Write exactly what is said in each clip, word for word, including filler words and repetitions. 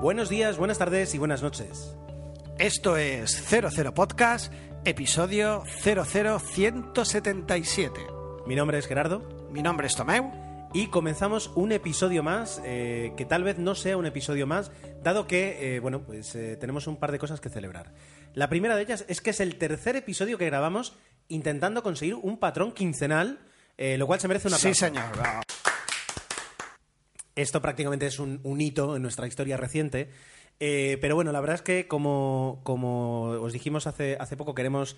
Buenos días, buenas tardes y buenas noches. Esto es cero cero Podcast, episodio cero cero ciento setenta y siete. Mi nombre es Gerardo. Mi nombre es Tomeu. Y comenzamos un episodio más, eh, que tal vez no sea un episodio más, dado que, eh, bueno, pues eh, tenemos un par de cosas que celebrar. La primera de ellas es que es el tercer episodio que grabamos intentando conseguir un patrón quincenal, eh, lo cual se merece una aplauso. Sí, señor. Esto prácticamente es un, un hito en nuestra historia reciente. Eh, pero bueno, la verdad es que como, como os dijimos hace, hace poco, queremos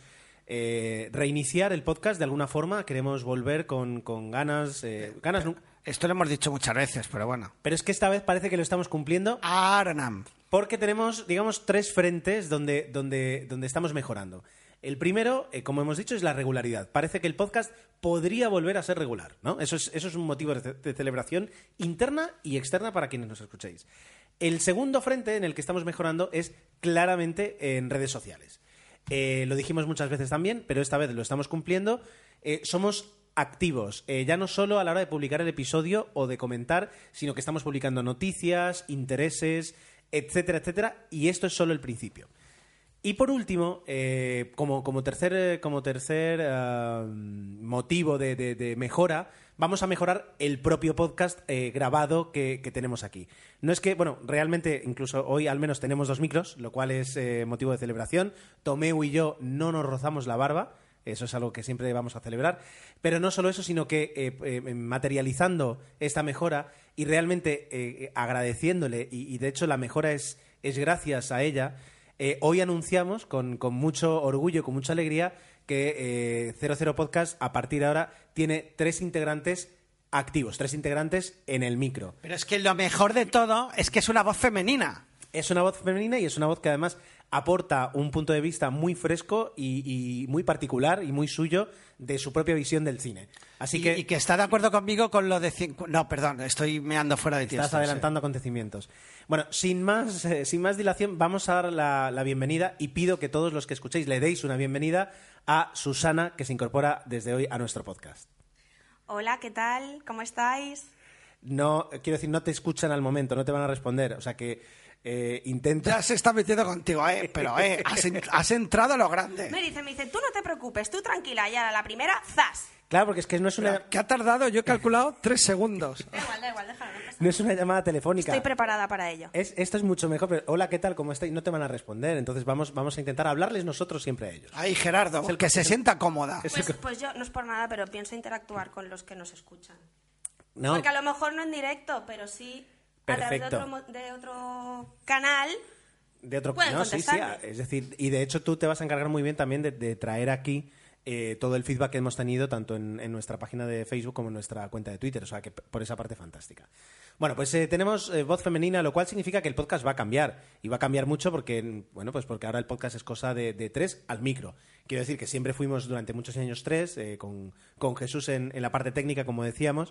eh, reiniciar el podcast de alguna forma, queremos volver con, con ganas... Eh, ganas pero, esto lo hemos dicho muchas veces, pero bueno. Pero es que esta vez parece que lo estamos cumpliendo. Aranam. Porque tenemos, digamos, tres frentes donde, donde, donde estamos mejorando. El primero, eh, como hemos dicho, es la regularidad. Parece que el podcast podría volver a ser regular, ¿no? Eso es, eso es un motivo de, de celebración interna y externa para quienes nos escuchéis. El segundo frente en el que estamos mejorando es claramente en redes sociales. Eh, lo dijimos muchas veces también, pero esta vez lo estamos cumpliendo. Eh, somos activos, eh, ya no solo a la hora de publicar el episodio o de comentar, sino que estamos publicando noticias, intereses, etcétera, etcétera, y esto es solo el principio. Y por último, eh, como, como tercer, como tercer uh, motivo de, de, de mejora, vamos a mejorar el propio podcast eh, grabado que, que tenemos aquí. No es que, bueno, realmente incluso hoy al menos tenemos dos micros, lo cual es eh, motivo de celebración. Tomeu y yo no nos rozamos la barba, eso es algo que siempre vamos a celebrar. Pero no solo eso, sino que eh, eh, materializando esta mejora y realmente eh, agradeciéndole, y, y de hecho la mejora es, es gracias a ella. Eh, hoy anunciamos con, con mucho orgullo y con mucha alegría que eh, cero cero Podcast a partir de ahora tiene tres integrantes activos, tres integrantes en el micro. Pero es que lo mejor de todo es que es una voz femenina. Es una voz femenina y es una voz que además aporta un punto de vista muy fresco y, y muy particular y muy suyo de su propia visión del cine. Así y, que, y que está de acuerdo conmigo con lo de... Cincu... No, perdón, estoy meando fuera de ti. Estás adelantando sí. acontecimientos. Bueno, sin más, eh, sin más dilación, vamos a dar la, la bienvenida y pido que todos los que escuchéis le deis una bienvenida a Susana, que se incorpora desde hoy a nuestro podcast. Hola, ¿qué tal? ¿Cómo estáis? No, quiero decir, no te escuchan al momento, no te van a responder, o sea que... Eh, intenta... Ya se está metiendo contigo, eh, pero eh, has, en, has entrado a lo grande. Me dice, me dice, tú no te preocupes, tú tranquila, ya a la primera, ¡zas! Claro, porque es que no es una... Pero, ¿qué ha tardado? Yo he calculado tres segundos. Da igual, da igual, déjalo. No, pasa. No es una llamada telefónica. Estoy preparada para ello. Es, esto es mucho mejor, pero hola, ¿qué tal? ¿Cómo estáis? No te van a responder, entonces vamos, vamos a intentar hablarles nosotros siempre a ellos. Ay, Gerardo, el que se sienta cómoda. Pues, pues yo, no es por nada, pero pienso interactuar con los que nos escuchan. No. Porque a lo mejor no en directo, pero sí a través de otro, de otro canal... De otro no, sí, sí, es decir, y de hecho tú te vas a encargar muy bien también de, de traer aquí eh, todo el feedback que hemos tenido tanto en, en nuestra página de Facebook como en nuestra cuenta de Twitter, o sea que por esa parte fantástica. Bueno, pues eh, tenemos eh, voz femenina, lo cual significa que el podcast va a cambiar y va a cambiar mucho porque, bueno, pues porque ahora el podcast es cosa de, de tres al micro. Quiero decir que siempre fuimos durante muchos años tres, eh, con, con Jesús en, en la parte técnica, como decíamos,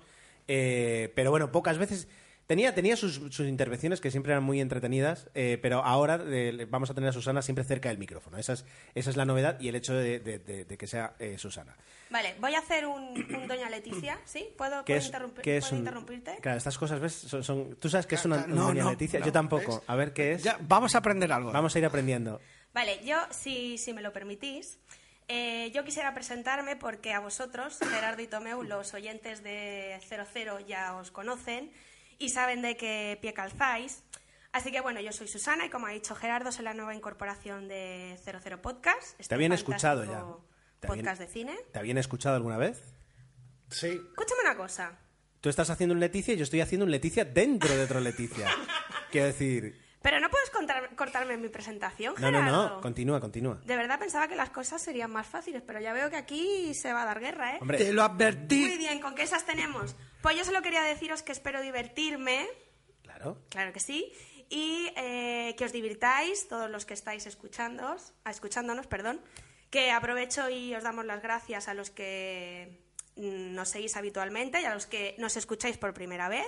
eh, pero bueno, pocas veces... Tenía, tenía sus, sus intervenciones que siempre eran muy entretenidas, eh, pero ahora eh, vamos a tener a Susana siempre cerca del micrófono. Esa es, esa es la novedad y el hecho de, de, de, de que sea eh, Susana. Vale, voy a hacer un, un Doña Leticia, ¿sí? ¿Puedo, ¿puedo, es, interrumpir, ¿qué es ¿puedo un, interrumpirte? Claro, estas cosas, ¿ves? Son, son, ¿tú sabes qué es una, no, una Doña no, Leticia? no, Yo tampoco. ¿ves? A ver qué es. Ya, vamos a aprender algo. Vamos a ir aprendiendo. Vale, yo, si, si me lo permitís... Eh, yo quisiera presentarme porque a vosotros, Gerardo y Tomeu, los oyentes de cero cero ya os conocen y saben de qué pie calzáis. Así que bueno, yo soy Susana y como ha dicho Gerardo, soy la nueva incorporación de cero cero Podcast. Te habían escuchado ya. ¿Te podcast habían, de cine. ¿Te habían escuchado alguna vez? Sí. Escúchame una cosa. Tú estás haciendo un Leticia y yo estoy haciendo un Leticia dentro de otro Leticia. Quiero decir... Pero no puedes contar, cortarme mi presentación, no, Gerardo. No, no, continúa, continúa. De verdad pensaba que las cosas serían más fáciles, pero ya veo que aquí se va a dar guerra, ¿eh? Hombre, te lo advertí. Muy bien, ¿con qué esas tenemos? Pues yo solo quería deciros que espero divertirme. Claro. Claro que sí. Y eh, que os divirtáis, todos los que estáis escuchándonos, escuchándonos, perdón. Que aprovecho y os damos las gracias a los que nos seguís habitualmente y a los que nos escucháis por primera vez.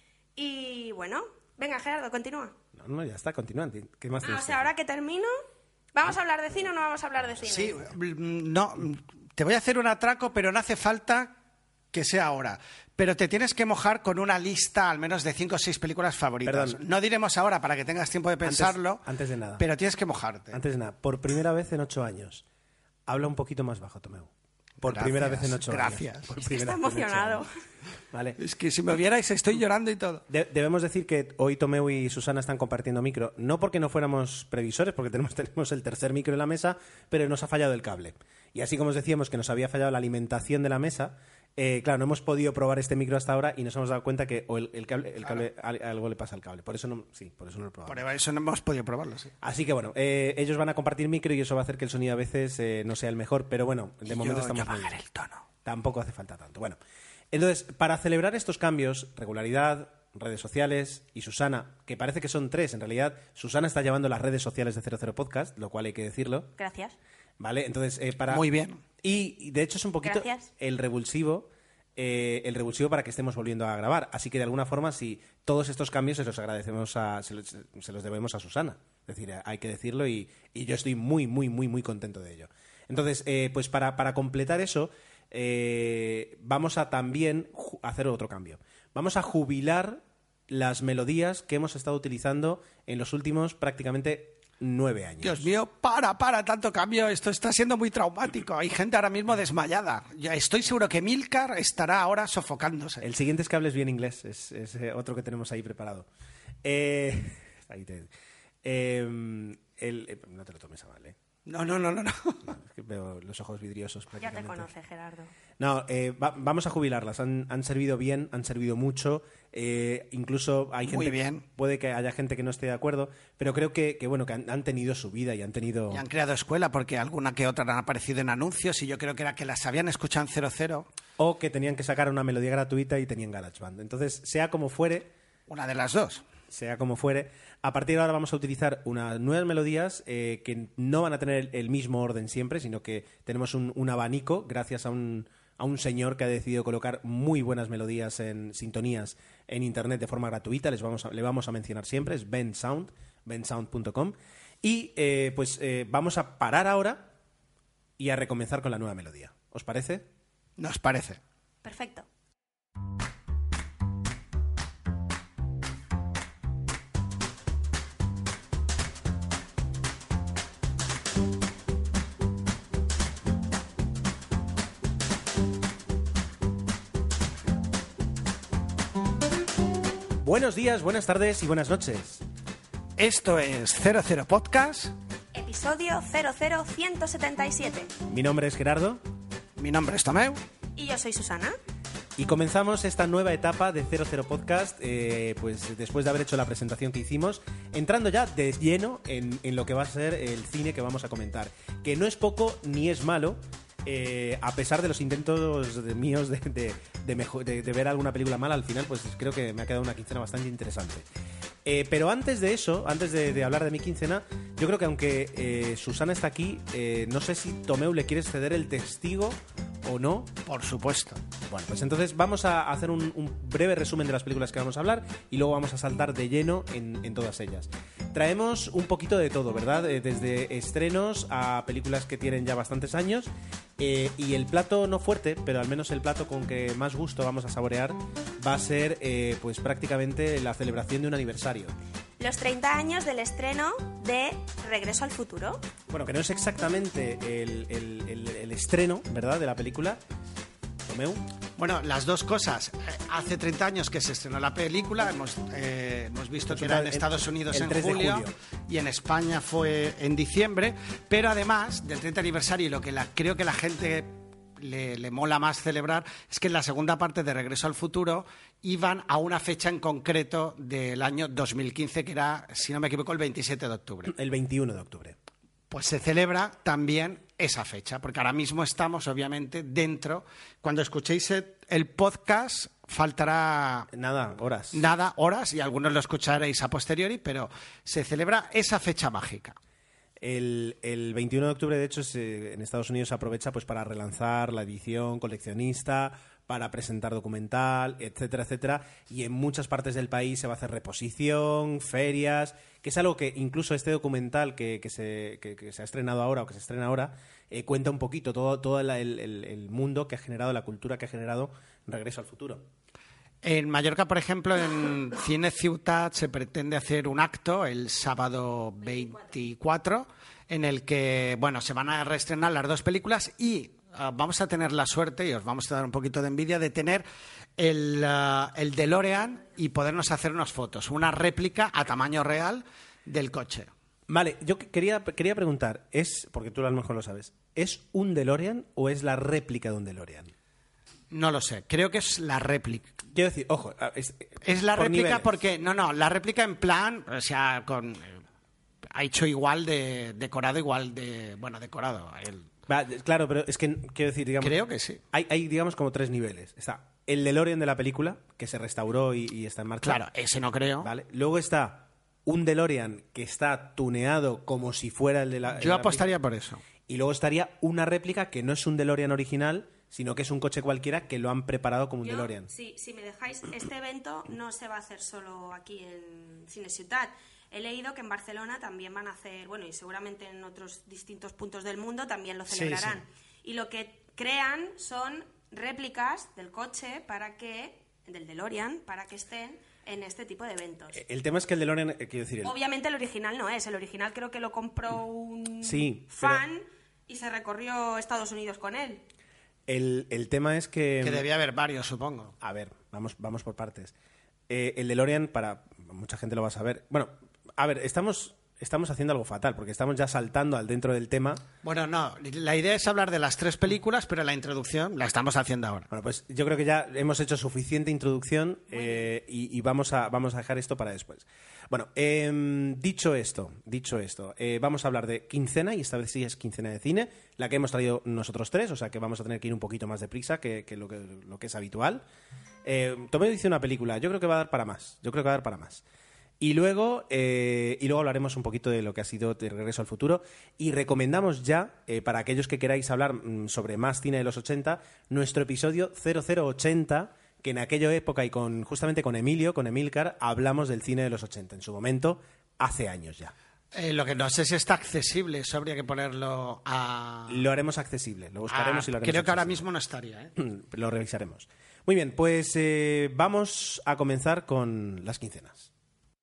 Y bueno, venga, Gerardo, continúa. No, no, ya está, continúa. ¿Qué más ah, o sea, ahora que termino, ¿vamos a hablar de cine o no vamos a hablar de cine? Sí, no, te voy a hacer un atraco, pero no hace falta que sea ahora. pero te tienes que mojar con una lista al menos de cinco o seis películas favoritas. Perdón. No diremos ahora para que tengas tiempo de pensarlo, Antes, antes de nada. pero tienes que mojarte. Antes de nada, por primera vez en ocho años. Habla un poquito más bajo, Tomeu. Por Gracias, primera vez en ocho gracias. años. Por Es que primera está vez en ocho emocionado. años. Vale. Es que si me vierais estoy llorando y todo. De- debemos decir que hoy Tomeu y Susana están compartiendo micro, no porque no fuéramos previsores, porque tenemos, tenemos el tercer micro en la mesa, pero nos ha fallado el cable. Y así como os decíamos que nos había fallado la alimentación de la mesa, eh, claro, no hemos podido probar este micro hasta ahora y nos hemos dado cuenta que o el, el cable, el cable al- algo le pasa al cable. Por eso no, sí, por eso no lo probamos. Por eso no hemos podido probarlo, sí. Así que bueno, eh, ellos van a compartir micro y eso va a hacer que el sonido a veces eh, no sea el mejor, pero bueno, de Y momento yo, estamos yo muy bajaré bien. el tono. Tampoco hace falta tanto. Bueno, entonces, para celebrar estos cambios, regularidad, redes sociales y Susana, que parece que son tres, en realidad Susana está llevando las redes sociales de cero cero Podcast, lo cual hay que decirlo, Gracias. ¿vale? Entonces, eh, para... Muy bien. Y, y, de hecho es un poquito Gracias. el revulsivo, eh, el revulsivo para que estemos volviendo a grabar. Así que de alguna forma, si todos estos cambios se los agradecemos a, se los, se los debemos a Susana. Es decir, hay que decirlo y, y yo estoy muy, muy, muy, muy contento de ello. Entonces, eh, pues para, para completar eso, eh, vamos a también ju- hacer otro cambio. Vamos a jubilar las melodías que hemos estado utilizando en los últimos prácticamente nueve años. Dios mío, para, para, tanto cambio. Esto está siendo muy traumático. Hay gente ahora mismo desmayada. Ya estoy seguro que Milcar estará ahora sofocándose. El siguiente es que hables bien inglés, es, es, eh, otro que tenemos ahí preparado. Eh, ahí te- eh, el- eh, no te lo tomes a mal, ¿eh? No, no, no, no, no. No, es que veo los ojos vidriosos Ya prácticamente. te conoce, Gerardo. No, eh, va- vamos a jubilarlas. Han, han servido bien, han servido mucho. Eh, incluso hay gente, Muy bien. puede que haya gente que no esté de acuerdo, pero creo que, que bueno, que han, han tenido su vida y han tenido. Y han creado escuela porque alguna que otra han aparecido en anuncios y yo creo que era que las habían escuchado en cero cero. O que tenían que sacar una melodía gratuita y tenían GarageBand. Entonces, sea como fuere, Una de las dos. sea como fuere, a partir de ahora vamos a utilizar unas nuevas melodías eh, que no van a tener el mismo orden siempre, sino que tenemos un, un abanico gracias a un, a un señor que ha decidido colocar muy buenas melodías en sintonías en internet de forma gratuita. Les vamos a, le vamos a mencionar siempre, es Ben Sound, ben sound punto com. Y eh, pues eh, vamos a parar ahora y a recomenzar con la nueva melodía. ¿Os parece? Nos parece. Perfecto. Buenos días, buenas tardes y buenas noches. Esto es cero cero Podcast. Episodio cero cero ciento setenta y siete. Mi nombre es Gerardo. Mi nombre es Tomeu. Y yo soy Susana. Y comenzamos esta nueva etapa de cero cero Podcast, eh, pues después de haber hecho la presentación que hicimos, entrando ya de lleno en, en lo que va a ser el cine que vamos a comentar, que no es poco ni es malo, eh, a pesar de los intentos de- míos de, de- de mejo- de- de ver alguna película mala, al final pues creo que me ha quedado una quincena bastante interesante. Eh, pero antes de eso, antes de, de hablar de mi quincena, yo creo que aunque eh, Susana está aquí, eh, no sé si Tomeu le quieres ceder el testigo o no. Por supuesto. Bueno, pues entonces vamos a hacer un, un breve resumen de las películas que vamos a hablar y luego vamos a saltar de lleno en, en todas ellas. Traemos un poquito de todo, ¿verdad? Eh, desde estrenos a películas que tienen ya bastantes años eh, y el plato no fuerte, pero al menos el plato con que más gusto vamos a saborear va a ser eh, pues prácticamente la celebración de un aniversario. Los treinta años del estreno de Regreso al Futuro. Bueno, que no es exactamente el, el- el- el estreno, ¿verdad?, de la película. Tomeu. Bueno, las dos cosas. Eh, Hace treinta años que se estrenó la película, hemos, eh, hemos visto que era en El- Estados Unidos el en tres de julio, julio. y en España fue en diciembre, pero además del treinta aniversario, y lo que la, creo que la gente le, le mola más celebrar, es que en la segunda parte de Regreso al Futuro iban a una fecha en concreto del año dos mil quince, que era, si no me equivoco, el veintisiete de octubre. El veintiuno de octubre. Pues se celebra también esa fecha, porque ahora mismo estamos, obviamente, dentro. Cuando escuchéis el- el podcast, faltará Nada, horas. nada, horas, y algunos lo escucharéis a posteriori, pero se celebra esa fecha mágica. El, el veintiuno de octubre, de hecho, se- en Estados Unidos se aprovecha pues para relanzar la edición coleccionista, para presentar documental, etcétera, etcétera. Y en muchas partes del país se va a hacer reposición, ferias, que es algo que incluso este documental que, que se, que- que se ha estrenado ahora o que se estrena ahora, eh, cuenta un poquito todo, todo el, el- el- el mundo que ha generado, la cultura que ha generado Regreso al Futuro. En Mallorca, por ejemplo, en Cine Ciutat se pretende hacer un acto el sábado veinticuatro en el que, bueno, se van a reestrenar las dos películas y uh, vamos a tener la suerte, y os vamos a dar un poquito de envidia, de tener el, uh, el DeLorean y podernos hacer unas fotos, una réplica a tamaño real del coche. Vale, yo quería, quería preguntar, es, porque tú a lo mejor lo sabes, ¿es un DeLorean o es la réplica de un DeLorean? No lo sé, creo que es la réplica. Quiero decir, ojo, es, Es la por réplica niveles. porque, no, no, la réplica en plan, o sea, con... Ha hecho igual de decorado, igual de... Bueno, decorado. El, Va, claro, pero es que, quiero decir, digamos... creo que sí. Hay, hay, digamos, como tres niveles. Está el DeLorean de la película, que se restauró y, y está en marcha. Claro, ese no creo. ¿Vale? Luego está un DeLorean que está tuneado como si fuera el de la... el Yo de la apostaría por eso. película. Y luego estaría una réplica que no es un DeLorean original, sino que es un coche cualquiera que lo han preparado como un Yo, DeLorean. sí, si me dejáis, este evento no se va a hacer solo aquí en Cine Ciutat. He leído que en Barcelona también van a hacer, bueno, y seguramente en otros distintos puntos del mundo también lo Sí, celebrarán. Y lo que crean son réplicas del coche para que, del DeLorean, para que estén en este tipo de eventos. El tema es que el DeLorean, eh, quiero decir... El... Obviamente el original no es, el original creo que lo compró un Sí, fan pero- y se recorrió Estados Unidos con él. El, el tema es que... Que debía haber varios, supongo. A ver, vamos, vamos por partes. Eh, el DeLorean, para mucha gente lo va a saber. Bueno, a ver, estamos, estamos haciendo algo fatal, porque estamos ya saltando al dentro del tema. Bueno, no, la idea es hablar de las tres películas, pero la introducción la estamos haciendo ahora. Bueno, pues yo creo que ya hemos hecho suficiente introducción eh, y, y vamos, a, vamos a dejar esto para después. Bueno, eh, dicho esto, dicho esto, eh, vamos a hablar de quincena, y esta vez sí es quincena de cine, la que hemos traído nosotros tres, o sea que vamos a tener que ir un poquito más deprisa que, que, lo, que lo que es habitual. Eh, Tomeo dice una película, yo creo que va a dar para más, yo creo que va a dar para más. Y luego, eh, y luego hablaremos un poquito de lo que ha sido de Regreso al Futuro y recomendamos ya, eh, para aquellos que queráis hablar mm, sobre más cine de los ochenta, nuestro episodio cero cero ochenta, que en aquella época y con justamente con Emilio, con Emilcar, hablamos del cine de los ochenta, en su momento, hace años ya. Eh, lo que no sé si está accesible, eso habría que ponerlo a... Lo haremos accesible, lo buscaremos a- y lo haremos Creo que ahora accesible. mismo no estaría, ¿eh? Lo revisaremos. Muy bien, pues eh, vamos a comenzar con las quincenas.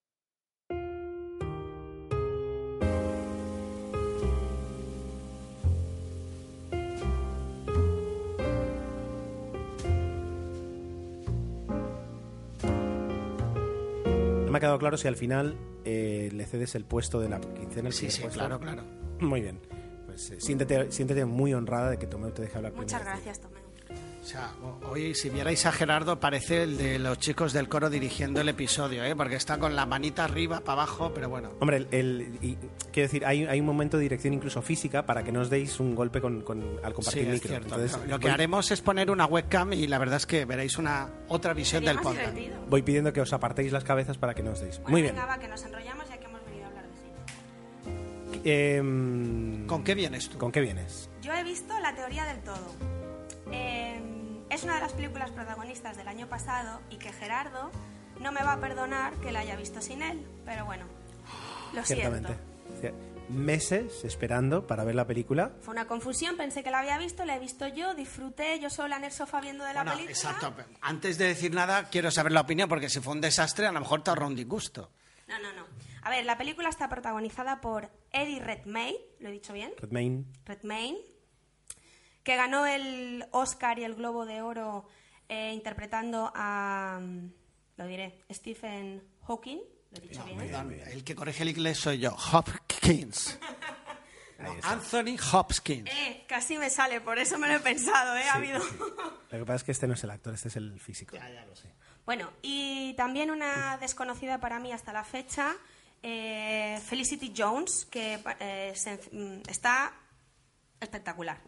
No me ha quedado claro si al final eh, le cedes el puesto de la quincena. El Sí, primer sí, puesto. claro, claro. Muy bien. Pues eh, siéntete, siéntete muy honrada de que Tomeu te deje hablar Muchas primero. gracias, Tomeu. O sea, o- hoy si vierais a Gerardo parece el de los chicos del coro dirigiendo el episodio, ¿eh? Porque está con la manita arriba, para abajo, pero bueno. Hombre, el, el- y, quiero decir, hay, hay un momento de dirección incluso física para que no os deis un golpe con, con- al Sí, compartir es micro. cierto. Entonces, Lo que voy, haremos es poner una webcam y la verdad es que veréis una otra visión Sería del más podcast. divertido. voy pidiendo que os apartéis las cabezas para que no os deis. Bueno, Muy bien. venga, va, que nos enrollamos ya que hemos venido a hablar de cine. Em, ¿Con qué vienes tú? ¿Con qué vienes? Yo he visto La teoría del todo. Eh, es una de las películas protagonistas del año pasado y que Gerardo no me va a perdonar que la haya visto sin él, pero bueno, lo Ciertamente. siento. Meses esperando para ver la película. Fue una confusión, pensé que la había visto, la he visto yo, disfruté yo sola en el sofá viendo de la Bueno, película. exacto. Antes de decir nada, quiero saber la opinión, porque si fue un desastre, a lo mejor te ahorra un disgusto. No, no, no. A ver, la película está protagonizada por Eddie Redmayne, ¿lo he dicho bien? Redmayne. Redmayne, que ganó el Oscar y el Globo de Oro eh, interpretando a, mm, lo diré, Stephen Hawking, ¿lo he dicho bien? Perdón, el que corrige el inglés soy yo, Hopkins. No, Anthony Hopkins. Eh, casi me sale, por eso me lo he pensado, ¿eh? Ha habido... Lo que pasa es que este no es el actor, este es el físico. Ya, ya lo sé. Bueno, y también una desconocida para mí hasta la fecha, eh, Felicity Jones, que eh, se- mm, está espectacular.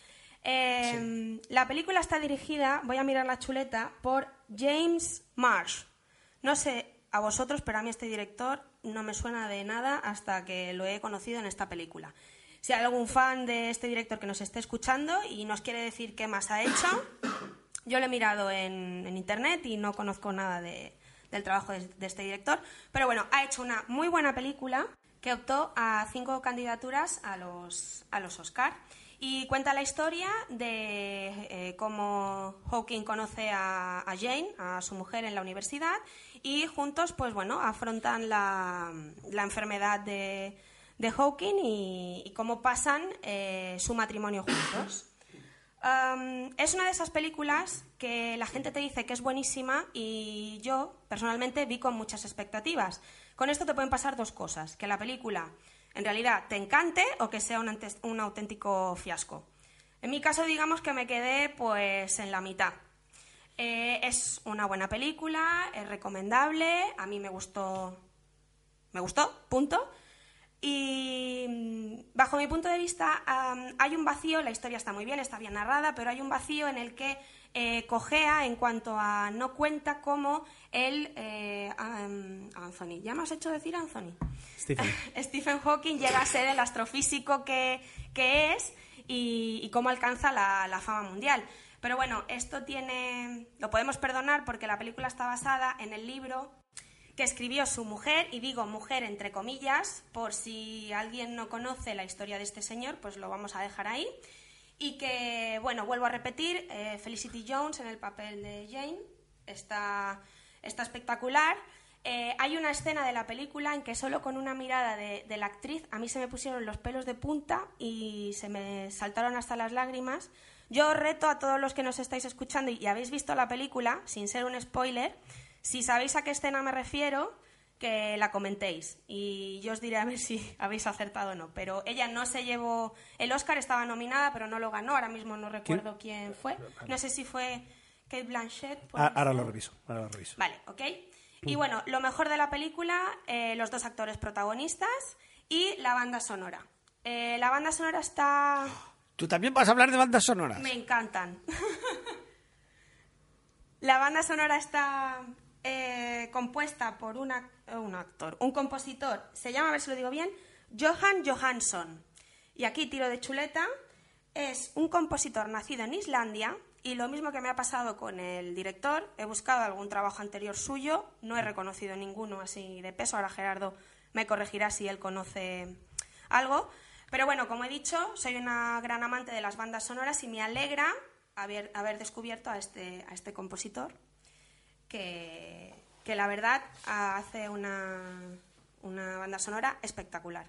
Eh, La película está dirigida, voy a mirar la chuleta, por James Marsh. No sé a vosotros, pero a mí este director no me suena de nada hasta que lo he conocido en esta película. Si hay algún fan de este director que nos esté escuchando y nos quiere decir qué más ha hecho, yo lo he mirado en, en internet y no conozco nada de- del trabajo de, de este director. Pero bueno, ha hecho una muy buena película que optó a cinco candidaturas a los, a los Oscar. Y cuenta la historia de eh, cómo Hawking conoce a, a Jane, a su mujer, en la universidad, y juntos, pues bueno, afrontan la, la enfermedad de, de Hawking y, y cómo pasan eh, su matrimonio juntos. Um, es una de esas películas que la gente te dice que es buenísima y yo, personalmente, vi con muchas expectativas. Con esto te pueden pasar dos cosas, que la película en realidad te encante o que sea un, ante- un auténtico fiasco. En mi caso, digamos que me quedé pues en la mitad. Eh, es una buena película, es recomendable, a mí me gustó, me gustó, punto. Y bajo mi punto de vista um, hay un vacío, la historia está muy bien, está bien narrada, pero hay un vacío en el que eh, cojea en cuanto a no cuenta cómo él, eh, um, Anthony, ¿ya me has hecho decir Anthony? Stephen. Stephen Hawking llega a ser el astrofísico que, que es y, y cómo alcanza la, la fama mundial. Pero bueno, esto tiene, lo podemos perdonar porque la película está basada en el libro que escribió su mujer, y digo mujer entre comillas, por si alguien no conoce la historia de este señor, pues lo vamos a dejar ahí. Y que, bueno, vuelvo a repetir, eh, Felicity Jones en el papel de Jane está, está espectacular. Eh, hay una escena de la película en que solo con una mirada de, de la actriz a mí se me pusieron los pelos de punta y se me saltaron hasta las lágrimas. Yo os reto a todos los que nos estáis escuchando y habéis visto la película, sin ser un spoiler, si sabéis a qué escena me refiero, que la comentéis y yo os diré a ver si habéis acertado o no. Pero ella no se llevó el Oscar, estaba nominada, pero no lo ganó. Ahora mismo no recuerdo ¿Quién? quién fue. No sé si fue Kate Blanchett. Ah, ahora lo reviso, ahora lo reviso. Vale, ok. Y bueno, lo mejor de la película, eh, los dos actores protagonistas y la banda sonora. Eh, la banda sonora está... ¿Tú también vas a hablar de bandas sonoras? Me encantan. La banda sonora está eh, compuesta por una, un actor, un compositor, se llama, a ver si lo digo bien, Johan Johansson. Y aquí tiro de chuleta, es un compositor nacido en Islandia. Y lo mismo que me ha pasado con el director, he buscado algún trabajo anterior suyo, no he reconocido ninguno así de peso. Ahora Gerardo me corregirá si él conoce algo. Pero bueno, como he dicho, soy una gran amante de las bandas sonoras y me alegra haber, haber descubierto a este, a este compositor que, que la verdad hace una, una banda sonora espectacular.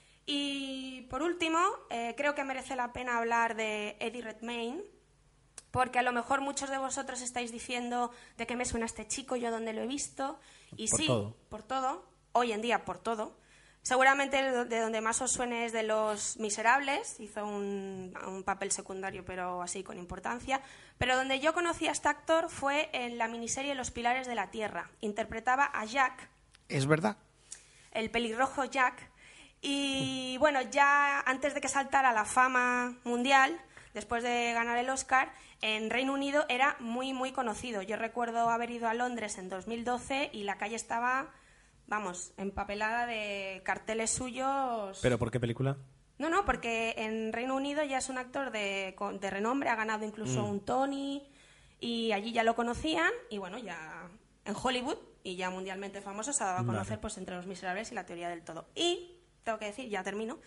Y por último, eh, creo que merece la pena hablar de Eddie Redmayne, porque a lo mejor muchos de vosotros estáis diciendo de qué me suena este chico, yo dónde lo he visto. Y Por sí, todo. por todo, hoy en día por todo. Seguramente de donde más os suene es de Los Miserables, hizo un, un papel secundario pero así con importancia. Pero donde yo conocí a este actor fue en la miniserie Los Pilares de la Tierra. Interpretaba a Jack. ¿Es verdad? El pelirrojo Jack. Y bueno, ya antes de que saltara a la fama mundial, después de ganar el Oscar, en Reino Unido era muy, muy conocido. Yo recuerdo haber ido a Londres en dos mil doce y la calle estaba, vamos, empapelada de carteles suyos. ¿Pero por qué película? No, no, porque en Reino Unido ya es un actor de, de renombre, ha ganado incluso Mm. un Tony y allí ya lo conocían y bueno, ya en Hollywood y ya mundialmente famoso se ha dado a conocer Vale. pues entre Los Miserables y La Teoría del Todo. Y, tengo que decir, ya termino,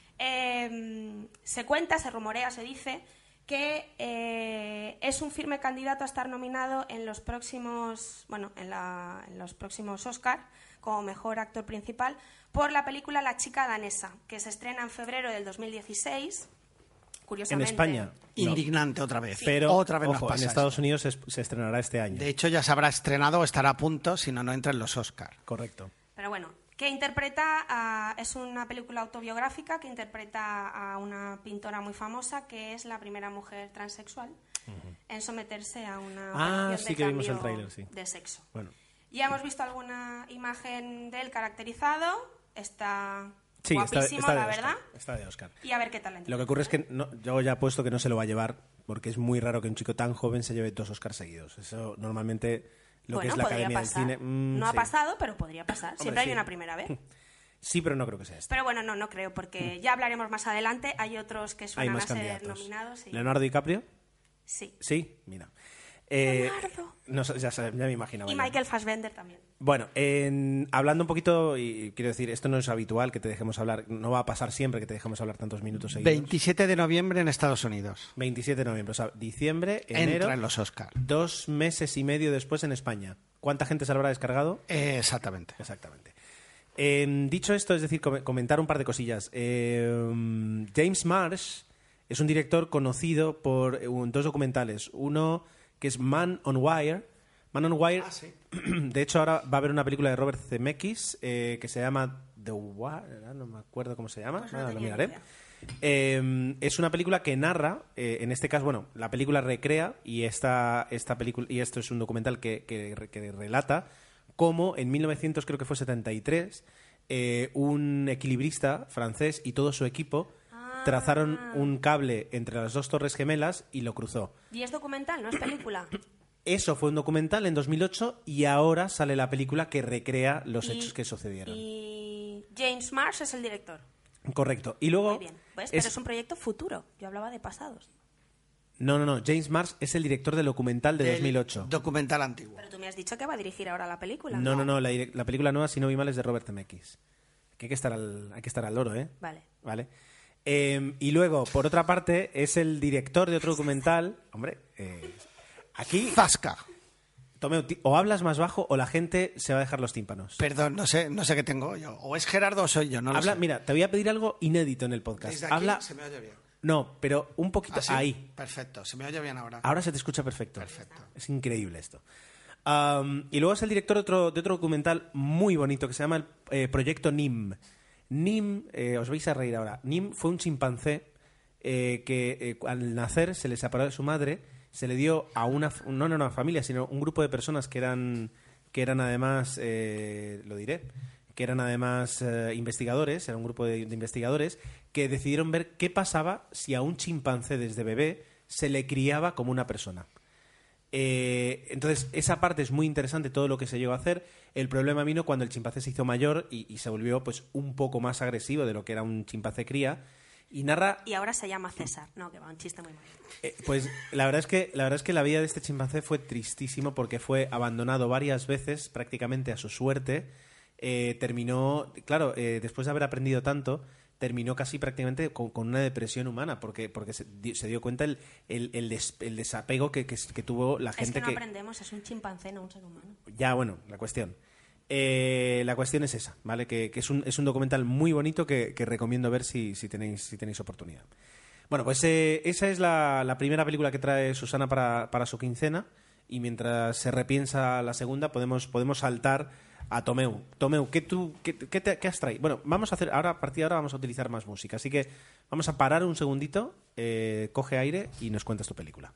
eh, se cuenta, se rumorea, se dice que eh, es un firme candidato a estar nominado en los próximos, bueno, en, la, en los próximos Oscar como mejor actor principal por la película La chica danesa, que se estrena en febrero del dos mil dieciséis. En Curiosamente. España. No. Indignante otra vez. Pero, otra vez nos ojo, pasa en eso. Estados Unidos se, se estrenará este año. De hecho, ya se habrá estrenado o estará a punto, si no, no entra en los Oscar. Correcto. Pero bueno, que interpreta a- es una película autobiográfica que interpreta a una pintora muy famosa que es la primera mujer transexual en someterse a una Ah, operación sí de que vimos el cambio tráiler, sí. de sexo. Bueno. Ya hemos visto alguna imagen de él caracterizado, está Sí, está, guapísimo, está de la Oscar, verdad, está de Oscar. y a ver qué tal la Lo que interpreta. ocurre es que no- yo ya he puesto que no se lo va a llevar porque es muy raro que un chico tan joven se lleve dos Oscars seguidos. Eso normalmente lo que Bueno, es la podría Academia pasar. del Cine... mm, no ha sí. pasado, pero podría pasar. Siempre hay sí. una primera vez. Sí, pero no creo que sea este. Pero bueno, no, no creo, porque ya hablaremos más adelante. Hay otros que Hay suenan más a ser candidatos. nominados. Y... ¿Leonardo DiCaprio? Sí. Sí, mira. Eh, Leonardo. no sé, ya, sabes, ya me imaginaba. Y yo. Michael Fassbender también. Bueno, en- hablando un poquito, y quiero decir, esto no es habitual que te dejemos hablar, no va a pasar siempre que te dejemos hablar tantos minutos seguidos. veintisiete de noviembre en Estados Unidos. veintisiete de noviembre, o sea, diciembre, enero, Entra en los Oscars. dos meses y medio después en España. ¿Cuánta gente se lo habrá descargado? Eh, exactamente. Exactamente. Eh, dicho esto, es decir, com- comentar un par de cosillas. Eh, James Marsh es un director conocido por eh, un- dos documentales. Uno que es Man on Wire. Man on Wire, Ah, sí. de hecho, ahora va a haber una película de Robert Zemeckis eh, que se llama The Wire, no me acuerdo cómo se llama, Pues no ahora lo tenía miraré. ni idea. Eh, es una película que narra, eh, en este caso, bueno, la película recrea y esta, esta película y esto es un documental que, que, que relata cómo en mil novecientos creo que fue setenta y tres eh, un equilibrista francés y todo su equipo Ah. trazaron un cable entre las dos torres gemelas y lo cruzó. Y es documental, no es película. Eso fue un documental en dos mil ocho y ahora sale la película que recrea los Y- hechos que sucedieron. Y James Marsh es el director. Correcto. Y luego Muy bien. ¿Ves? es- Pero es un proyecto futuro. Yo hablaba de pasados. No, no, no. James Marsh es el director del documental de Del dos mil ocho. Documental antiguo. Pero tú me has dicho que va a dirigir ahora la película. No, no, no. La, direc- la película nueva, si no vi mal, es de Robert Zemeckis. Que hay que estar al, hay que estar al loro, ¿eh? Vale. Vale. Eh, y luego, por otra parte, es el director de otro documental. Hombre, eh, aquí, Zasca. Tomeu, ti- o hablas más bajo o la gente se va a dejar los tímpanos. Perdón, no sé, no sé qué tengo yo. O es Gerardo o soy yo, no lo Habla, sé. mira, te voy a pedir algo inédito en el podcast. Desde aquí Habla, se me oye bien. no, pero un poquito ¿Ah, sí? ahí. Perfecto, se me oye bien ahora. Ahora se te escucha perfecto. Perfecto. Es increíble esto. Am, y luego es el director de otro, de otro documental muy bonito que se llama el eh, Proyecto N I M. N I M, eh, os vais a reír ahora. N I M fue un chimpancé eh, que eh, al nacer se le separó de su madre, se le dio a una, f- no, no una familia, sino un grupo de personas que eran, que eran además, eh, lo diré, que eran además eh, investigadores, era un grupo de, de investigadores que decidieron ver qué pasaba si a un chimpancé desde bebé se le criaba como una persona. Eh, entonces, esa parte es muy interesante, todo lo que se llegó a hacer. El problema vino cuando el chimpancé se hizo mayor y, y se volvió pues un poco más agresivo de lo que era un chimpancé cría. Y narra, Y ahora se llama César. No, que va, un chiste muy malo. eh, pues la verdad es que la verdad es que la vida de este chimpancé fue tristísimo porque fue abandonado varias veces, prácticamente a su suerte. Eh, terminó, claro, eh, después de haber aprendido tanto, terminó casi prácticamente con, con una depresión humana porque, porque se, di- se dio cuenta el, el, el, des- el desapego que, que, que tuvo la Es gente que no que... aprendemos, es un chimpancé, no un ser humano. Ya, bueno, la cuestión. Eh, la cuestión es esa, ¿vale? Que, que es, un, es un documental muy bonito que, que recomiendo ver si, si, tenéis, si tenéis oportunidad. Bueno, pues eh, esa es la, la primera película que trae Susana para, para su quincena y mientras se repiensa la segunda podemos, podemos saltar a Tomeu. Tomeu, ¿qué, tú, qué, qué, te- qué has traído? Bueno, vamos a hacer, ahora a partir de ahora vamos a utilizar más música, así que vamos a parar un segundito, eh, coge aire y nos cuentas tu película.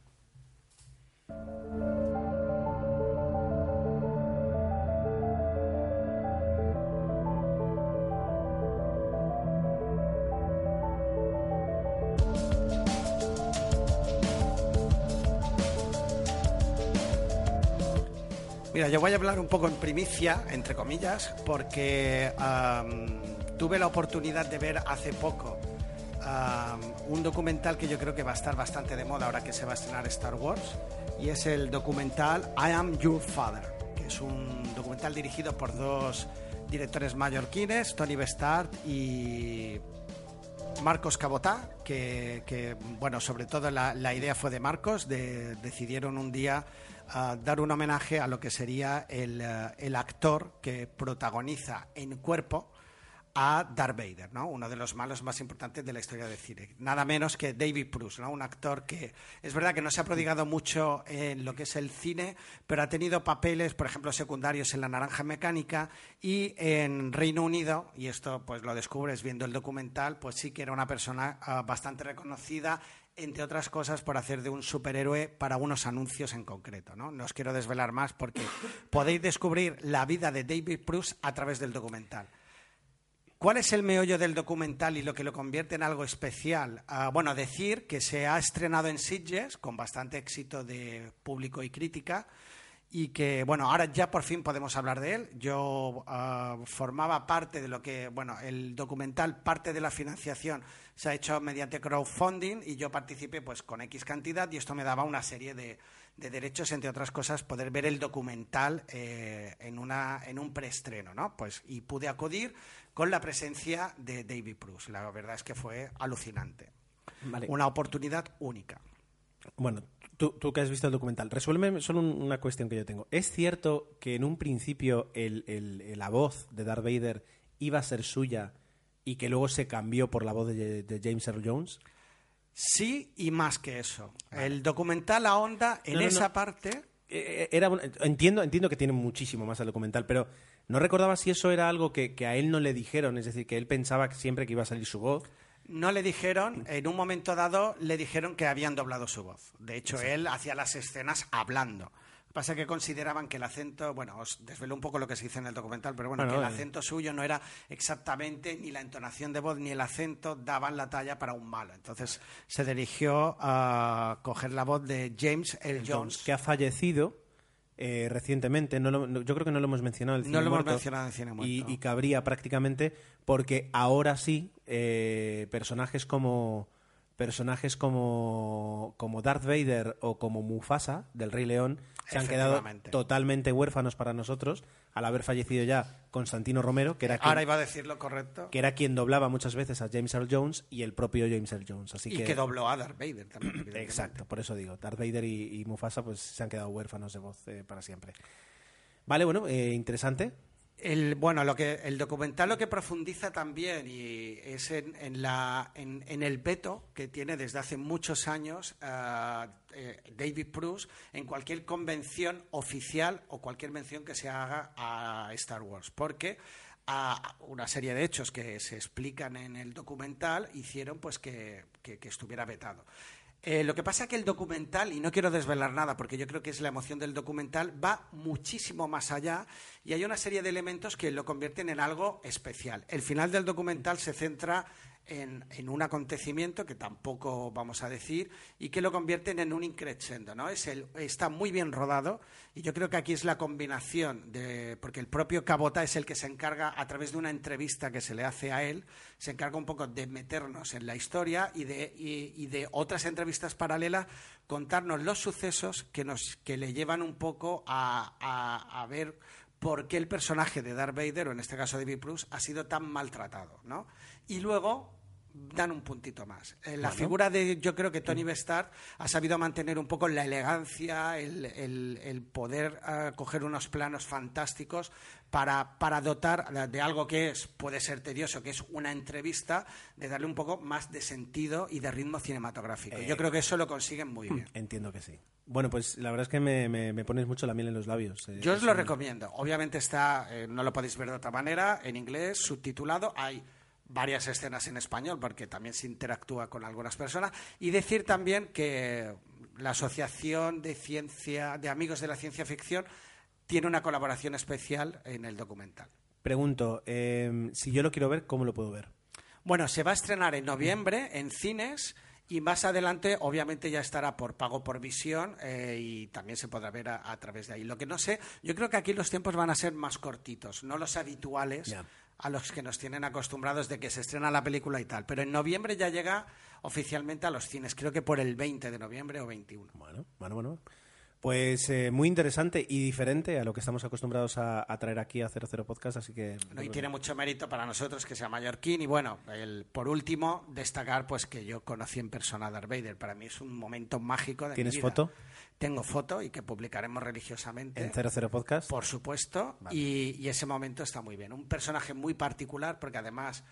Mira, yo voy a hablar un poco en primicia, entre comillas, porque am, tuve la oportunidad de ver hace poco am, un documental que yo creo que va a estar bastante de moda ahora que se va a estrenar Star Wars, y es el documental I Am Your Father, que es un documental dirigido por dos directores mallorquines, Tony Bestart y Marcos Cabotá, que, que, bueno, sobre todo la, la idea fue de Marcos, de, decidieron un día uh, dar un homenaje a lo que sería el, uh, el actor que protagoniza en cuerpo a Darth Vader, ¿no? Uno de los malos más importantes de la historia del cine. Nada menos que David Proust, ¿no? Un actor que es verdad que no se ha prodigado mucho en lo que es el cine, pero ha tenido papeles, por ejemplo, secundarios en La Naranja Mecánica y en Reino Unido, y esto pues lo descubres viendo el documental, pues sí que era una persona uh, bastante reconocida, entre otras cosas por hacer de un superhéroe para unos anuncios en concreto, ¿no? No os quiero desvelar más porque podéis descubrir la vida de David Proust a través del documental. ¿Cuál es el meollo del documental y lo que lo convierte en algo especial? Uh, bueno, decir que se ha estrenado en Sitges con bastante éxito de público y crítica y que, bueno, ahora ya por fin podemos hablar de él. Yo uh, formaba parte de lo que, bueno, el documental, parte de la financiación se ha hecho mediante crowdfunding y yo participé pues con X cantidad y esto me daba una serie de, de derechos, entre otras cosas, poder ver el documental eh, en, una, en un preestreno, ¿no? Pues, y pude acudir con la presencia de David Bruce. La verdad es que fue alucinante. Vale. Una oportunidad única. Bueno, tú, tú que has visto el documental, resuélveme solo un- una cuestión que yo tengo. ¿Es cierto que en un principio el, el- la voz de Darth Vader iba a ser suya y que luego se cambió por la voz de, de James Earl Jones? Sí, y más que eso. El documental ahonda en No, no, esa no. parte. Eh, era un- entiendo, entiendo que tiene muchísimo más el documental, pero no recordaba si eso era algo que, que a él no le dijeron, es decir, que él pensaba que siempre que iba a salir su voz. No le dijeron, en un momento dado le dijeron que habían doblado su voz. De hecho, él hacía las escenas hablando. Lo que pasa es que consideraban que el acento, bueno, os desvelo un poco lo que se dice en el documental, pero bueno, Bueno, que el eh. acento suyo no era exactamente ni la entonación de voz ni el acento daban la talla para un malo. Entonces se dirigió a coger la voz de James Earl Jones. que ha fallecido eh, recientemente. No lo- no- yo creo que no lo hemos mencionado en el No Cine lo hemos Muerto, mencionado en Cine y, Muerto. y cabría prácticamente porque ahora sí eh, personajes como personajes como como Darth Vader o como Mufasa del Rey León se han quedado Efectivamente. totalmente huérfanos para nosotros al haber fallecido ya Constantino Romero, que era quien, Ahora iba a decir lo correcto. que era quien doblaba muchas veces a James Earl Jones, y el propio James Earl Jones. Así Y que, que dobló a Darth Vader también. evidentemente. exacto, por eso digo, Darth Vader y, y Mufasa pues se han quedado huérfanos de voz eh, para siempre. Vale, bueno, eh, interesante. El, bueno, lo que, el documental lo que profundiza también y es en, en, la, en, en el veto que tiene desde hace muchos años uh, eh, David Bruce en cualquier convención oficial o cualquier mención que se haga a Star Wars, porque a una serie de hechos que se explican en el documental hicieron pues que, que, que estuviera vetado. Eh, lo que pasa es que el documental, y no quiero desvelar nada porque yo creo que es la emoción del documental, va muchísimo más allá y hay una serie de elementos que lo convierten en algo especial. El final del documental se centra en, en un acontecimiento que tampoco vamos a decir y que lo convierten en un increscendo, ¿no? Es el, está muy bien rodado y yo creo que aquí es la combinación de, porque el propio Cabota es el que se encarga a través de una entrevista que se le hace a él, se encarga un poco de meternos en la historia y de, y, y de otras entrevistas paralelas contarnos los sucesos que nos que le llevan un poco a, a, a ver por qué el personaje de Darth Vader, o en este caso David Bruce, ha sido tan maltratado, ¿no? Y luego dan un puntito más. Eh, la Bueno. figura de, yo creo que Tony Bestard ha sabido mantener un poco la elegancia, el, el, el poder uh, coger unos planos fantásticos para, para dotar de, de algo que es puede ser tedioso, que es una entrevista, de darle un poco más de sentido y de ritmo cinematográfico. Eh, Yo creo que eso lo consiguen muy bien. Entiendo que sí. Bueno, pues la verdad es que me, me- me pones mucho la miel en los labios. eh, Yo os es lo un- recomiendo. Obviamente está, eh, no lo podéis ver de otra manera, en inglés, subtitulado. Hay varias escenas en español porque también se interactúa con algunas personas. Y decir también que la Asociación de Ciencia, de Amigos de la Ciencia Ficción tiene una colaboración especial en el documental. Pregunto, eh, si yo lo quiero ver, ¿cómo lo puedo ver? Bueno, se va a estrenar en noviembre en cines y más adelante obviamente ya estará por pago por visión eh, y también se podrá ver a, a través de ahí. Lo que no sé, yo creo que aquí los tiempos van a ser más cortitos, no los habituales Ya. a los que nos tienen acostumbrados de que se estrena la película y tal. Pero en noviembre ya llega oficialmente a los cines, creo que por el veinte de noviembre o veintiuno. Bueno, bueno, bueno. Pues eh, muy interesante y diferente a lo que estamos acostumbrados a, a traer aquí a Cero Cero Podcast, así que... ¿No? Y tiene mucho mérito para nosotros que sea mallorquín. Y bueno, el, por último, destacar pues que yo conocí en persona a Darth Vader. Para mí es un momento mágico de mi ¿Tienes vida. foto? Tengo foto y que publicaremos religiosamente. En Cero Cero Podcast. Por supuesto. Vale. Y, y ese momento está muy bien. Un personaje muy particular porque además...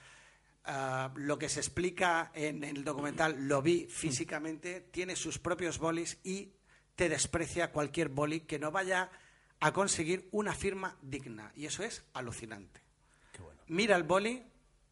Uh, lo que se explica en el documental lo vi físicamente, tiene sus propios bolis y te desprecia cualquier boli que no vaya a conseguir una firma digna. Y eso es alucinante. Qué bueno. Mira el boli,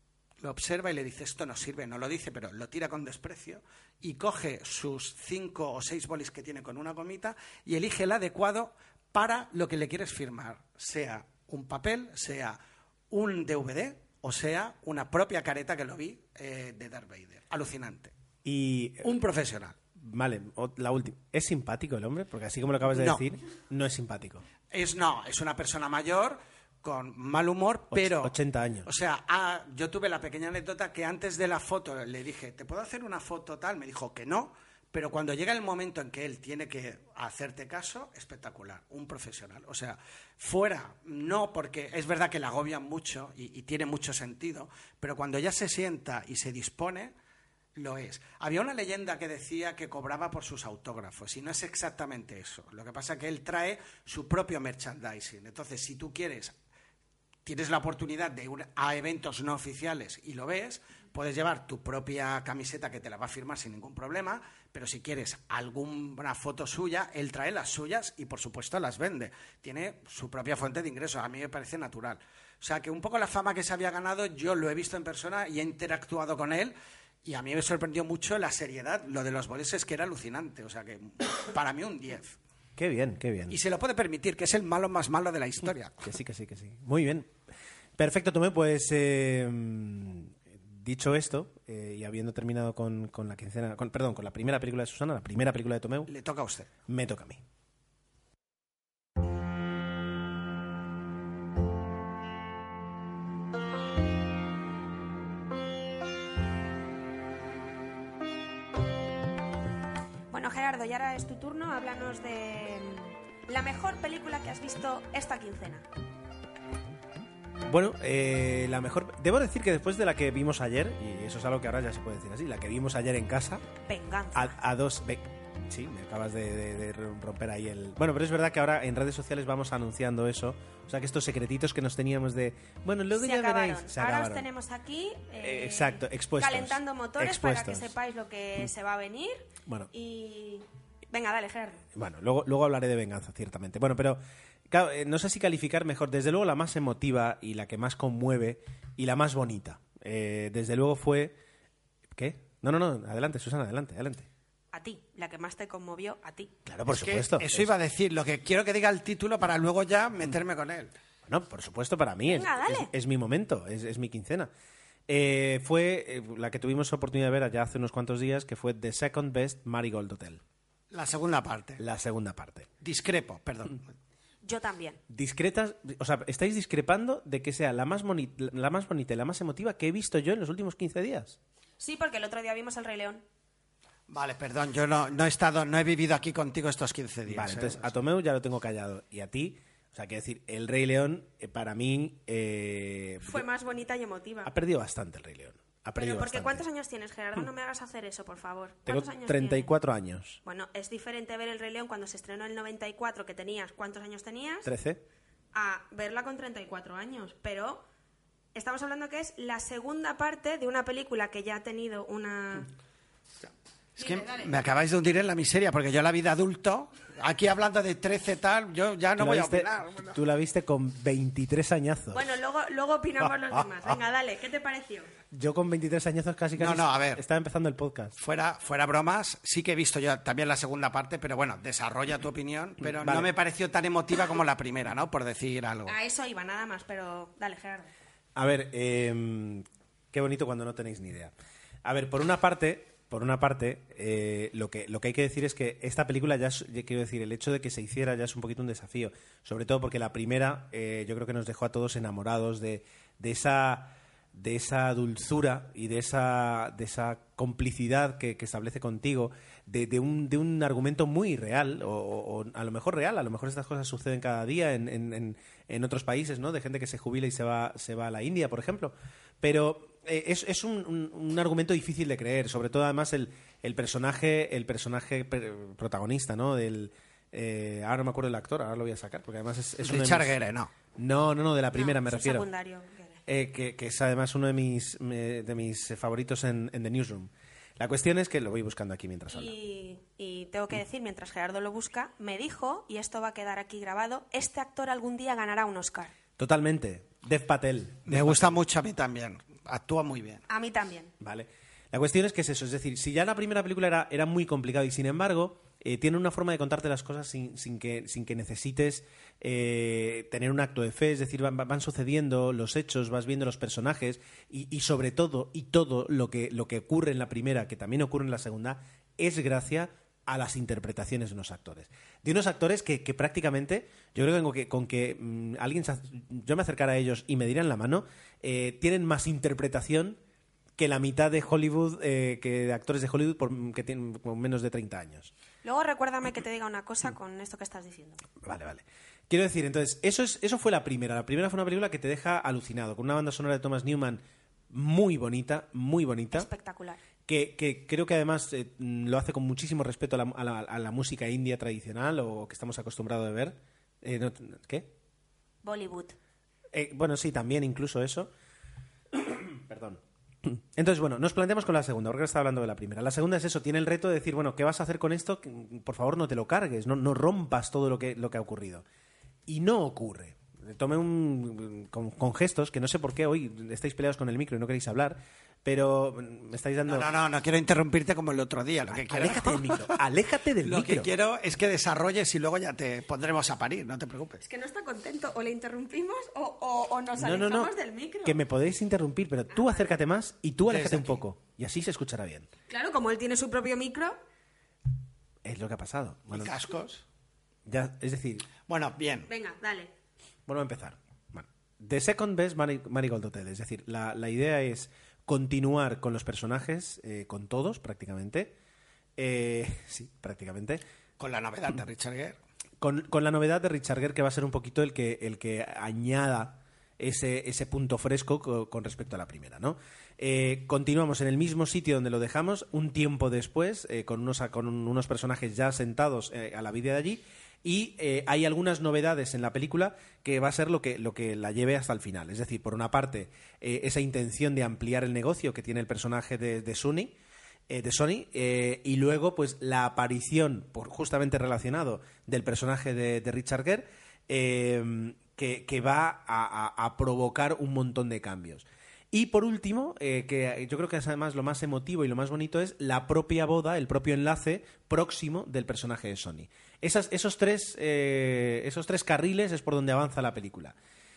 lo observa y le dice, esto no sirve, no lo dice, pero lo tira con desprecio y coge sus cinco o seis bolis que tiene con una gomita y elige el adecuado para lo que le quieres firmar, sea un papel, sea un D V D o sea una propia careta que lo vi eh, de Darth Vader. Alucinante. Y Un profesional. vale, o- la última. ¿Es simpático el hombre? Porque así como lo acabas de No. decir, no es simpático. Es no, es una persona mayor con mal humor, pero... ochenta años. O sea, ah, yo tuve la pequeña anécdota que antes de la foto le dije, ¿te puedo hacer una foto tal? Me dijo que no, pero cuando llega el momento en que él tiene que hacerte caso, espectacular, un profesional. O sea, fuera, no, porque es verdad que le agobian mucho y, y tiene mucho sentido, pero cuando ya se sienta y se dispone, lo es. Había una leyenda que decía que cobraba por sus autógrafos y no es exactamente eso. Lo que pasa es que él trae su propio merchandising. Entonces, si tú quieres, tienes la oportunidad de ir a eventos no oficiales y lo ves, puedes llevar tu propia camiseta que te la va a firmar sin ningún problema, pero si quieres alguna foto suya, él trae las suyas y por supuesto las vende. Tiene su propia fuente de ingresos, a mí me parece natural. O sea que un poco la fama que se había ganado, yo lo he visto en persona y he interactuado con él y a mí me sorprendió mucho la seriedad, lo de los boleses que era alucinante, o sea que para mí un diez. Qué bien, qué bien. Y se lo puede permitir, que es el malo más malo de la historia. Que sí, que sí, que sí. Muy bien. Perfecto, Tomé, pues eh, dicho esto, eh, y habiendo terminado con, con la quincena, con, perdón, con la primera película de Susana, la primera película de Tomeu, Le toca a usted. me toca a mí. Bueno, Gerardo, y ahora es tu turno. Háblanos de mm, la mejor película que has visto esta quincena. Bueno, eh, la mejor... Debo decir que después de la que vimos ayer, y eso es algo que ahora ya se puede decir así, la que vimos ayer en casa, Venganza. a, a dos... ve- Sí, me acabas de, de- de romper ahí el... Bueno, pero es verdad que ahora en redes sociales vamos anunciando eso. O sea, que estos secretitos que nos teníamos de... Bueno, luego se ya acabaron. veréis... Se Ahora acabaron. os tenemos aquí Eh, eh, exacto, expuestos. calentando motores Expuestos. para que sepáis lo que se va a venir. Bueno. Y venga, dale, Gerardo. Bueno, luego, luego hablaré de venganza, ciertamente. Bueno, pero claro, eh, no sé si calificar mejor. Desde luego la más emotiva y la que más conmueve y la más bonita. Eh, desde luego fue... ¿Qué? No, no, no. Adelante, Susana, adelante, adelante. A ti, la que más te conmovió, a ti. Claro, por Es que supuesto. eso iba a decir, lo que quiero que diga el título para luego ya meterme con él. No, por supuesto, para mí es, Venga, dale. es, es mi momento, es, es mi quincena. Eh, fue eh, la que tuvimos oportunidad de ver ya hace unos cuantos días, que fue The Second Best Marigold Hotel, La segunda parte. la segunda parte. Discrepo, perdón. Yo también. Discretas, o sea, estáis discrepando de que sea la más, boni- la más bonita y la más emotiva que he visto yo en los últimos quince días. Sí, porque el otro día vimos El Rey León. Vale, perdón, yo no, no he estado, no he vivido aquí contigo estos quince días. Vale, ¿eh? entonces a Tomeu ya lo tengo callado. Y a ti, o sea, quiero decir, El Rey León, eh, para mí, eh, Fue más bonita y emotiva. ha perdido bastante El Rey León. Ha perdido Pero porque bastante. ¿cuántos años tienes, Gerardo? No me hagas hacer eso, por favor. Tengo ¿Cuántos años treinta y tienes? cuatro años. Bueno, es diferente ver El Rey León cuando se estrenó en el noventa y cuatro, que tenías, ¿cuántos años tenías? ¿trece? A verla con treinta y cuatro años. Pero estamos hablando que es la segunda parte de una película que ya ha tenido una... Es que Dile, dale. me acabáis de hundir en la miseria, porque yo la vida adulto, aquí hablando de trece tal, yo ya no Tú la voy a viste- opinar. Bueno. Tú la viste con veintitrés añazos. Bueno, luego, luego opinamos los demás. Venga, dale, ¿qué te pareció? Yo con veintitrés añazos casi casi No, no, a ver. estaba empezando el podcast. Fuera, fuera bromas, sí que he visto yo también la segunda parte, pero bueno, desarrolla tu opinión, pero Vale. no me pareció tan emotiva como la primera, ¿no? Por decir algo. A eso iba, nada más, pero dale, Gerardo. A ver, eh, qué bonito cuando no tenéis ni idea. A ver, por una parte, por una parte, eh, lo que lo que hay que decir es que esta película ya, es- ya quiero decir, el hecho de que se hiciera ya es un poquito un desafío, sobre todo porque la primera, eh, yo creo que nos dejó a todos enamorados de, de esa de esa dulzura y de esa de esa complicidad que, que establece contigo, de, de un de un argumento muy real o, o- o a lo mejor real, a lo mejor estas cosas suceden cada día en, en, en, en otros países, ¿no? De gente que se jubila y se va se va a la India, por ejemplo, pero eh, es, es un, un- un argumento difícil de creer, sobre todo además el, el personaje el personaje per- protagonista, ¿no? Del eh, ahora no me acuerdo del actor, ahora lo voy a sacar porque además es, es uno de Richard mis- Gere, no. No, no, no, de la primera No, me su refiero. secundario. Eh, que, que es además uno de mis, me- de mis favoritos en, en The Newsroom. La cuestión es que lo voy buscando aquí mientras hablo. Y, y tengo que decir, mientras Gerardo lo busca, me dijo, y esto va a quedar aquí grabado, este actor algún día ganará un Oscar. Totalmente. Dev Patel. Me gusta mucho a mí también. Actúa muy bien. A mí también. Vale. La cuestión es que es eso. Es decir, si ya la primera película era, era muy complicado y sin embargo, eh, tienen una forma de contarte las cosas sin, sin, que, sin que necesites eh, tener un acto de fe. Es decir, van, van sucediendo los hechos, vas viendo los personajes y, y sobre todo, y todo lo que, lo que ocurre en la primera, que también ocurre en la segunda, es gracias a las interpretaciones de unos actores. De unos actores que, que prácticamente, yo creo que con que, con que mmm, alguien se, yo me acercara a ellos y me dieran la mano, eh, tienen más interpretación que la mitad de Hollywood, eh, que de actores de Hollywood por, que tienen con menos de treinta años. Luego recuérdame que te diga una cosa con esto que estás diciendo. Vale, vale. Quiero decir, entonces, eso, es, eso fue la primera. La primera fue una película que te deja alucinado, con una banda sonora de Thomas Newman muy bonita, muy bonita. Espectacular. Que, que creo que además eh, lo hace con muchísimo respeto a la, a, la, a la música india tradicional o que estamos acostumbrados a ver. Eh, no, ¿Qué? Bollywood. Eh, bueno, sí, también incluso eso. Perdón. Entonces, bueno, nos planteamos con la segunda, porque estaba hablando de la primera. La segunda es eso, tiene el reto de decir, bueno, ¿qué vas a hacer con esto? Por favor, no te lo cargues, no, no rompas todo lo que, lo que ha ocurrido. Y no ocurre. Tomé un... Con, con gestos, que no sé por qué hoy estáis peleados con el micro y no queréis hablar, pero me estáis dando... No, no, no, no quiero interrumpirte como el otro día. Lo que quiero... Aléjate del micro, aléjate del lo micro. Lo que quiero es que desarrolles y luego ya te pondremos a parir, no te preocupes. Es que no está contento, o le interrumpimos o, o, o nos no, alejamos no, no, del micro. Que me podéis interrumpir, pero tú acércate más y tú aléjate Desde un aquí. poco. Y así se escuchará bien. Claro, como él tiene su propio micro. Es lo que ha pasado. Bueno, ¿Y cascos? ya, es decir, Bueno, bien. Venga, dale. vuelvo a empezar. Bueno, The Second Best Mari- Marigold Hotel. Es decir, la, la idea es continuar con los personajes, eh, con todos prácticamente. Eh, sí, prácticamente. Con la novedad de Richard Gere. Con, con la novedad de Richard Gere, que va a ser un poquito el que, el que añada ese, ese punto fresco co- con respecto a la primera, ¿no? Eh, continuamos en el mismo sitio donde lo dejamos, un tiempo después, eh, con, unos, con unos personajes ya sentados eh, a la vida de allí, y eh, hay algunas novedades en la película que va a ser lo que, lo que la lleve hasta el final. Es decir, por una parte, eh, esa intención de ampliar el negocio que tiene el personaje de, de Sony, eh, de Sony eh, y luego pues la aparición, por justamente relacionado, del personaje de, de Richard Gere, eh, que, que va a, a, a provocar un montón de cambios. Y por último, eh, que yo creo que es además lo más emotivo y lo más bonito, es la propia boda, el propio enlace próximo del personaje de Sony. Esas, esos, tres, eh, esos tres carriles es por donde avanza la película.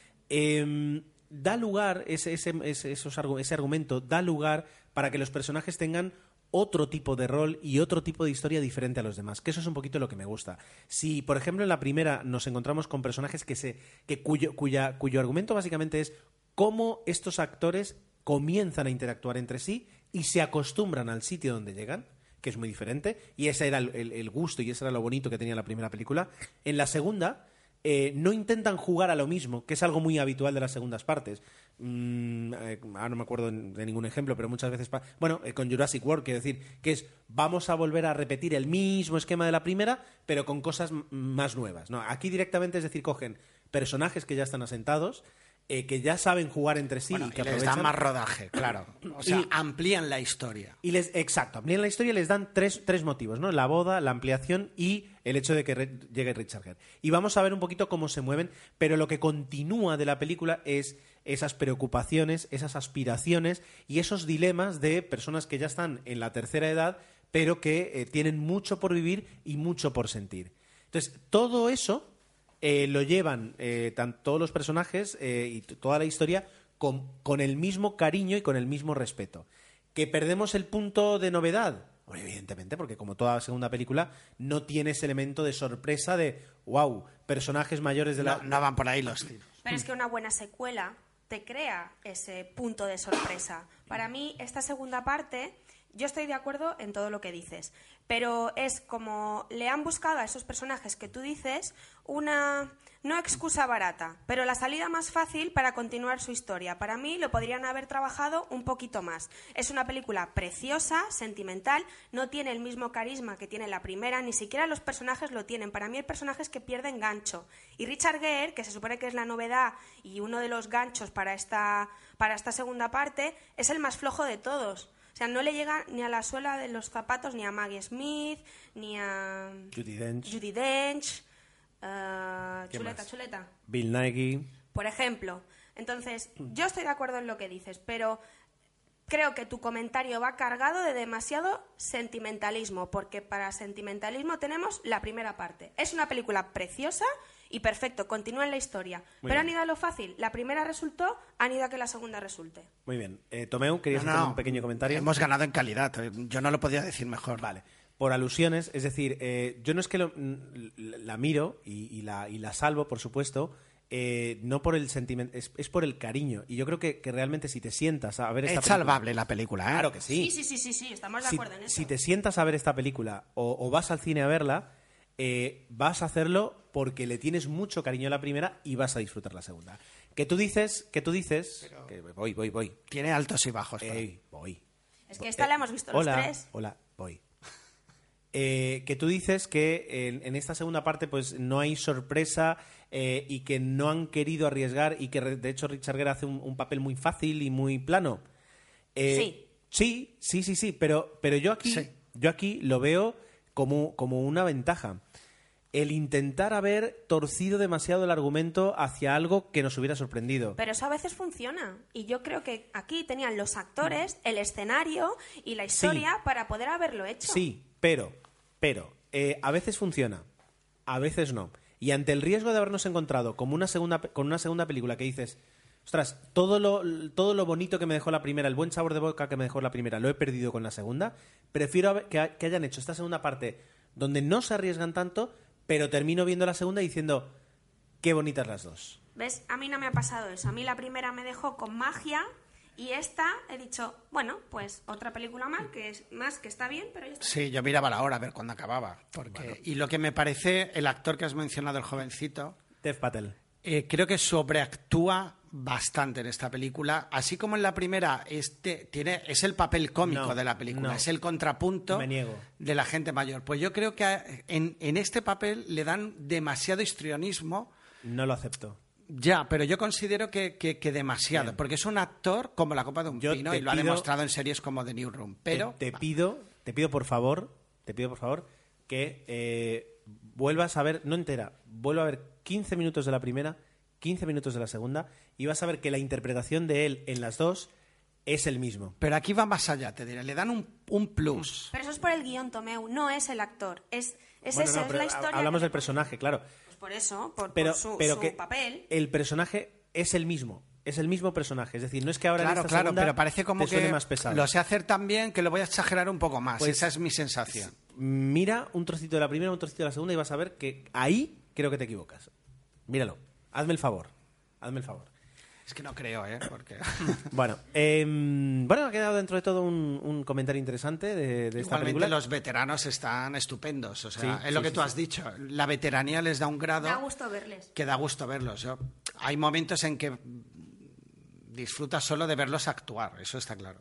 Eh, da lugar, ese, ese, ese, esos, ese argumento da lugar para que los personajes tengan otro tipo de rol y otro tipo de historia diferente a los demás, que eso es un poquito lo que me gusta. Si, por ejemplo, en la primera nos encontramos con personajes que se, que cuyo, cuya, cuyo argumento básicamente es cómo estos actores comienzan a interactuar entre sí y se acostumbran al sitio donde llegan, que es muy diferente, y ese era el, el, el gusto y ese era lo bonito que tenía la primera película. En la segunda eh, no intentan jugar a lo mismo, que es algo muy habitual de las segundas partes. Mm, eh, ahora no me acuerdo de ningún ejemplo, pero muchas veces... Pa- bueno, eh, con Jurassic World, quiero decir, que es vamos a volver a repetir el mismo esquema de la primera, pero con cosas m- más nuevas. No, aquí directamente, es decir, cogen personajes que ya están asentados, eh, que ya saben jugar entre sí Bueno, y que y les aprovechan. dan más rodaje, claro. O sea, Y- amplían la historia. Y les, exacto, amplían la historia y les dan tres, tres motivos, ¿no? La boda, la ampliación y el hecho de que re- llegue Richard Gere. Y vamos a ver un poquito cómo se mueven, pero lo que continúa de la película es esas preocupaciones, esas aspiraciones y esos dilemas de personas que ya están en la tercera edad, pero que eh, tienen mucho por vivir y mucho por sentir. Entonces, todo eso eh, lo llevan eh, tan, todos los personajes eh, y t- toda la historia con, con el mismo cariño y con el mismo respeto. ¿Que perdemos el punto de novedad? Bueno, evidentemente, porque como toda segunda película, no tiene ese elemento de sorpresa de, wow, personajes mayores de la... No, no van por ahí los tiros. Pero es que una buena secuela te crea ese punto de sorpresa. Para mí, esta segunda parte, yo estoy de acuerdo en todo lo que dices, pero es como le han buscado a esos personajes que tú dices una, no excusa barata, pero la salida más fácil para continuar su historia. Para mí lo podrían haber trabajado un poquito más. Es una película preciosa, sentimental, no tiene el mismo carisma que tiene la primera, ni siquiera los personajes lo tienen. Para mí el personaje es que pierde engancho. Y Richard Gere, que se supone que es la novedad y uno de los ganchos para esta, para esta segunda parte, es el más flojo de todos. O sea, no le llega ni a la suela de los zapatos ni a Maggie Smith, ni a Judi Dench, Judi Dench, uh, ¿Qué chuleta, más? chuleta, Bill Nighy... por ejemplo. Entonces, yo estoy de acuerdo en lo que dices, pero creo que tu comentario va cargado de demasiado sentimentalismo, porque para sentimentalismo tenemos la primera parte. Es una película preciosa y perfecto, continúa en la historia. Muy pero bien. han ido a lo fácil. La primera resultó, han ido a que la segunda resulte. Muy bien. Eh, Tomeu, ¿querías No, hacer no, un pequeño comentario? Hemos ganado en calidad. Yo no lo podía decir mejor. Vale. Por alusiones, es decir, eh, yo no es que lo- la miro y, y la, y la salvo, por supuesto, eh, no por el sentimiento, es, es por el cariño. Y yo creo que, que realmente si te sientas a ver esta Es película... salvable la película, ¿eh? Claro que sí. Sí, sí, sí, sí, sí, estamos de Si, acuerdo en eso. si te sientas a ver esta película o, o vas al cine a verla, eh, vas a hacerlo porque le tienes mucho cariño a la primera y vas a disfrutar la segunda. Que tú dices, que tú dices... que voy, voy, voy. Tiene altos y bajos. pero- Ey, voy. Es que esta la hemos visto los hola, tres. Hola, voy. Eh, que tú dices que en, en esta segunda parte pues no hay sorpresa eh, y que no han querido arriesgar y que re- de hecho Richard Gere hace un, un papel muy fácil y muy plano. Eh, Sí. Sí, sí, sí, sí, pero, pero yo aquí Sí. yo aquí lo veo como, como una ventaja. El intentar haber torcido demasiado el argumento hacia algo que nos hubiera sorprendido. Pero eso a veces funciona. Y yo creo que aquí tenían los actores, el escenario y la historia para poder haberlo hecho. Sí, pero, pero, eh, a veces funciona, a veces no. Y ante el riesgo de habernos encontrado como una segunda, con una segunda película que dices, ostras, todo lo, todo lo bonito que me dejó la primera, el buen sabor de boca que me dejó la primera, lo he perdido con la segunda, prefiero haber- que, ha- que hayan hecho esta segunda parte donde no se arriesgan tanto, pero termino viendo la segunda y diciendo, qué bonitas las dos. ¿Ves? A mí no me ha pasado eso. A mí la primera me dejó con magia y esta he dicho, bueno, pues otra película más que, es, más que está bien, pero ya está. Sí, yo miraba la hora a ver cuándo acababa. Porque... Y lo que me parece, el actor que has mencionado, el jovencito, Dev Patel. eh, creo que sobreactúa bastante en esta película. Así como en la primera, este tiene, es el papel cómico No, de la película, no. es el contrapunto Me niego. de la gente mayor. Pues yo creo que a- en, en este papel le dan demasiado histrionismo. No lo acepto. Ya, pero yo considero que, que- que demasiado, Bien. porque es un actor como la copa de un Yo pino te y lo ha pido- demostrado en series como The Newsroom. Pero te, te pido, te pido por favor, te pido por favor que eh, vuelvas a ver, no entera, vuelva a ver quince minutos de la primera, quince minutos de la segunda y vas a ver que la interpretación de él en las dos es el mismo. Pero aquí va más allá, te diré. Le dan un, un plus. Pero eso es por el guión, Tomeu, no es el actor. Es, es Bueno, eso, no, es pero la historia. hablamos que- del personaje, claro. Pues por eso, por, Pero, por su, pero su que papel. el personaje es el mismo, es el mismo personaje. Es decir, no es que ahora en Claro, esta claro, segunda pero parece como te suene que más pesado. lo sé hacer tan bien que lo voy a exagerar un poco más. Pues- Esa es mi sensación. Mira un trocito de la primera, un trocito de la segunda y vas a ver que ahí creo que te equivocas. Míralo, hazme el favor, hazme el favor. Es que no creo, ¿eh? Porque... Bueno, eh, bueno, ha quedado dentro de todo un, un comentario interesante de, de esta Igualmente película. los veteranos están estupendos. O sea, Sí, es lo sí, que sí, tú sí. has dicho. La veteranía les da un grado Da gusto verles. que da gusto verlos. Yo- hay momentos en que disfrutas solo de verlos actuar, eso está claro.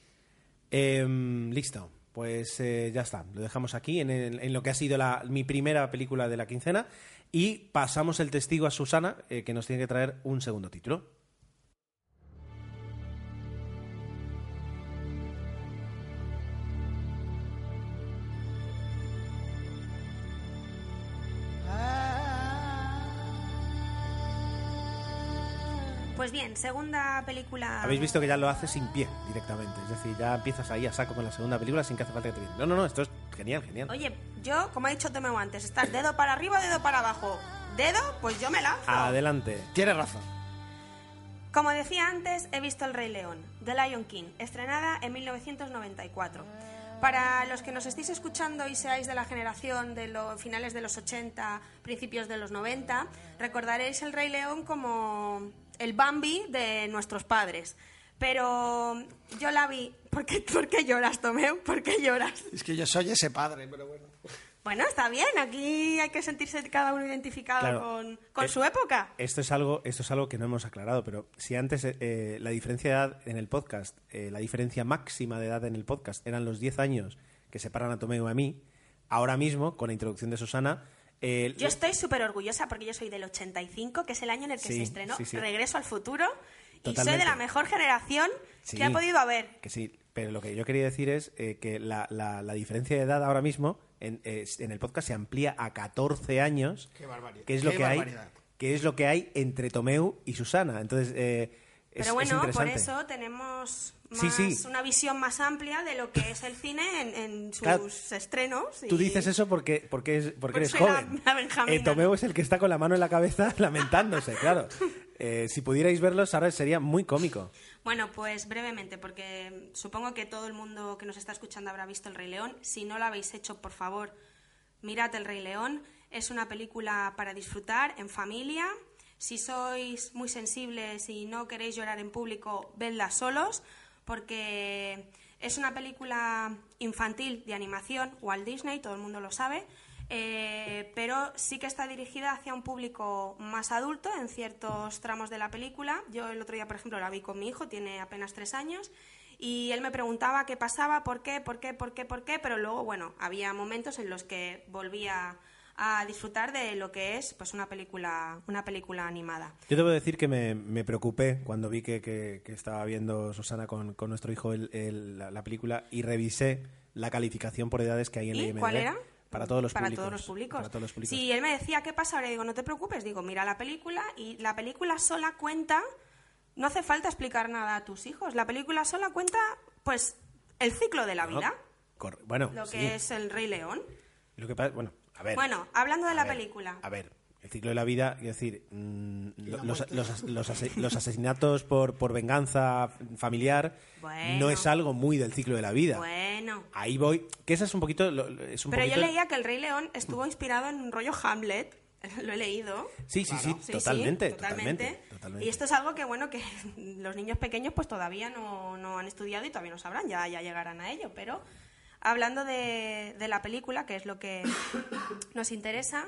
Eh, listo, pues eh, ya está. Lo dejamos aquí en, el- en lo que ha sido la- mi primera película de la quincena y pasamos el testigo a Susana, eh, que nos tiene que traer un segundo título. Pues bien, segunda película. Habéis visto que ya lo hace sin pie directamente, es decir, ya empiezas ahí a saco con la segunda película sin que hace falta que te viene. No, no, no, esto es genial, genial. Oye, yo, como ha dicho Tomeu antes, estás dedo para arriba o dedo para abajo. ¿Dedo? Pues yo me lanzo. Adelante. Tienes razón. Como decía antes, he visto El Rey León, The Lion King, estrenada en mil novecientos noventa y cuatro. Para los que nos estéis escuchando y seáis de la generación de los finales de los ochenta, principios de los noventa, recordaréis El Rey León como el Bambi de nuestros padres. Pero yo la vi... ¿Por qué, por qué lloras, Tomeu? ¿Por qué lloras? Es que yo soy ese padre, pero bueno. Bueno, está bien, aquí hay que sentirse cada uno identificado Claro. con, con Eh, su época. Esto es algo, esto es algo que no hemos aclarado, pero si antes eh, eh, la diferencia de edad en el podcast, eh, la diferencia máxima de edad en el podcast eran los diez años que separan a Tomeu y a mí, ahora mismo, con la introducción de Susana... eh, Yo estoy súper orgullosa porque yo soy del ochenta y cinco, que es el año en el que Sí, se estrenó sí, sí. Regreso al Futuro, y soy Totalmente. de la mejor generación Sí, que ha podido haber. Que sí, pero lo que yo quería decir es eh, que la, la- la diferencia de edad ahora mismo en, eh, en el podcast se amplía a catorce años, Qué barbaridad. que es lo Qué que hay, barbaridad. que es lo que hay entre Tomeu y Susana. Entonces, eh, Es, Pero bueno, es por interesante. eso tenemos más, Sí, sí. una visión más amplia de lo que es el cine en, en sus Claro, estrenos. Y... Tú dices eso porque, porque, es, porque Porque eres soy la- joven. la benjamina, Eh, Tomeu ¿no? es el que está con la mano en la cabeza lamentándose, claro. Eh, si pudierais verlos ahora sería muy cómico. Bueno, pues brevemente, porque supongo que todo el mundo que nos está escuchando habrá visto El Rey León. Si no lo habéis hecho, por favor, mirad El Rey León. Es una película para disfrutar en familia. Si sois muy sensibles y no queréis llorar en público, vedla solos, porque es una película infantil de animación, Walt Disney, todo el mundo lo sabe, eh, pero sí que está dirigida hacia un público más adulto en ciertos tramos de la película. Yo el otro día, por ejemplo, la vi con mi hijo, tiene apenas tres años, y él me preguntaba qué pasaba, por qué, por qué, por qué, por qué, pero luego, bueno, había momentos en los que volvía a disfrutar de lo que es pues una película una película animada. Yo debo decir que me, me preocupé cuando vi que, que, que estaba viendo Susana con, con nuestro hijo el, el, la, la película y revisé la calificación por edades que hay en ¿Y I M D B. cuál era? Para todos los para públicos. todos los públicos. Para todos los públicos. Sí, él me decía, ¿qué pasa ahora? Y digo, no te preocupes. Digo, mira la película y la película sola cuenta, no hace falta explicar nada a tus hijos. La película sola cuenta, pues, el ciclo de la No, vida. cor- bueno, Lo sí. que es El Rey León. Lo que pasa, bueno, a ver. Bueno, hablando de a la ver, película. A ver, el ciclo de la vida, quiero decir, mm, lo- los, los, los, ase- los asesinatos por, por venganza familiar Bueno. no es algo muy del ciclo de la vida. Bueno. Ahí voy, que esa es un poquito... lo- es un Pero poquito- yo leía que El Rey León estuvo inspirado en un rollo Hamlet. Lo he leído. Sí, sí, sí, Sí, totalmente, sí, totalmente, totalmente. Y esto es algo que, bueno, que los niños pequeños pues todavía no, no han estudiado y todavía no sabrán, ya, ya llegarán a ello. Pero hablando de, de la película, que es lo que nos interesa,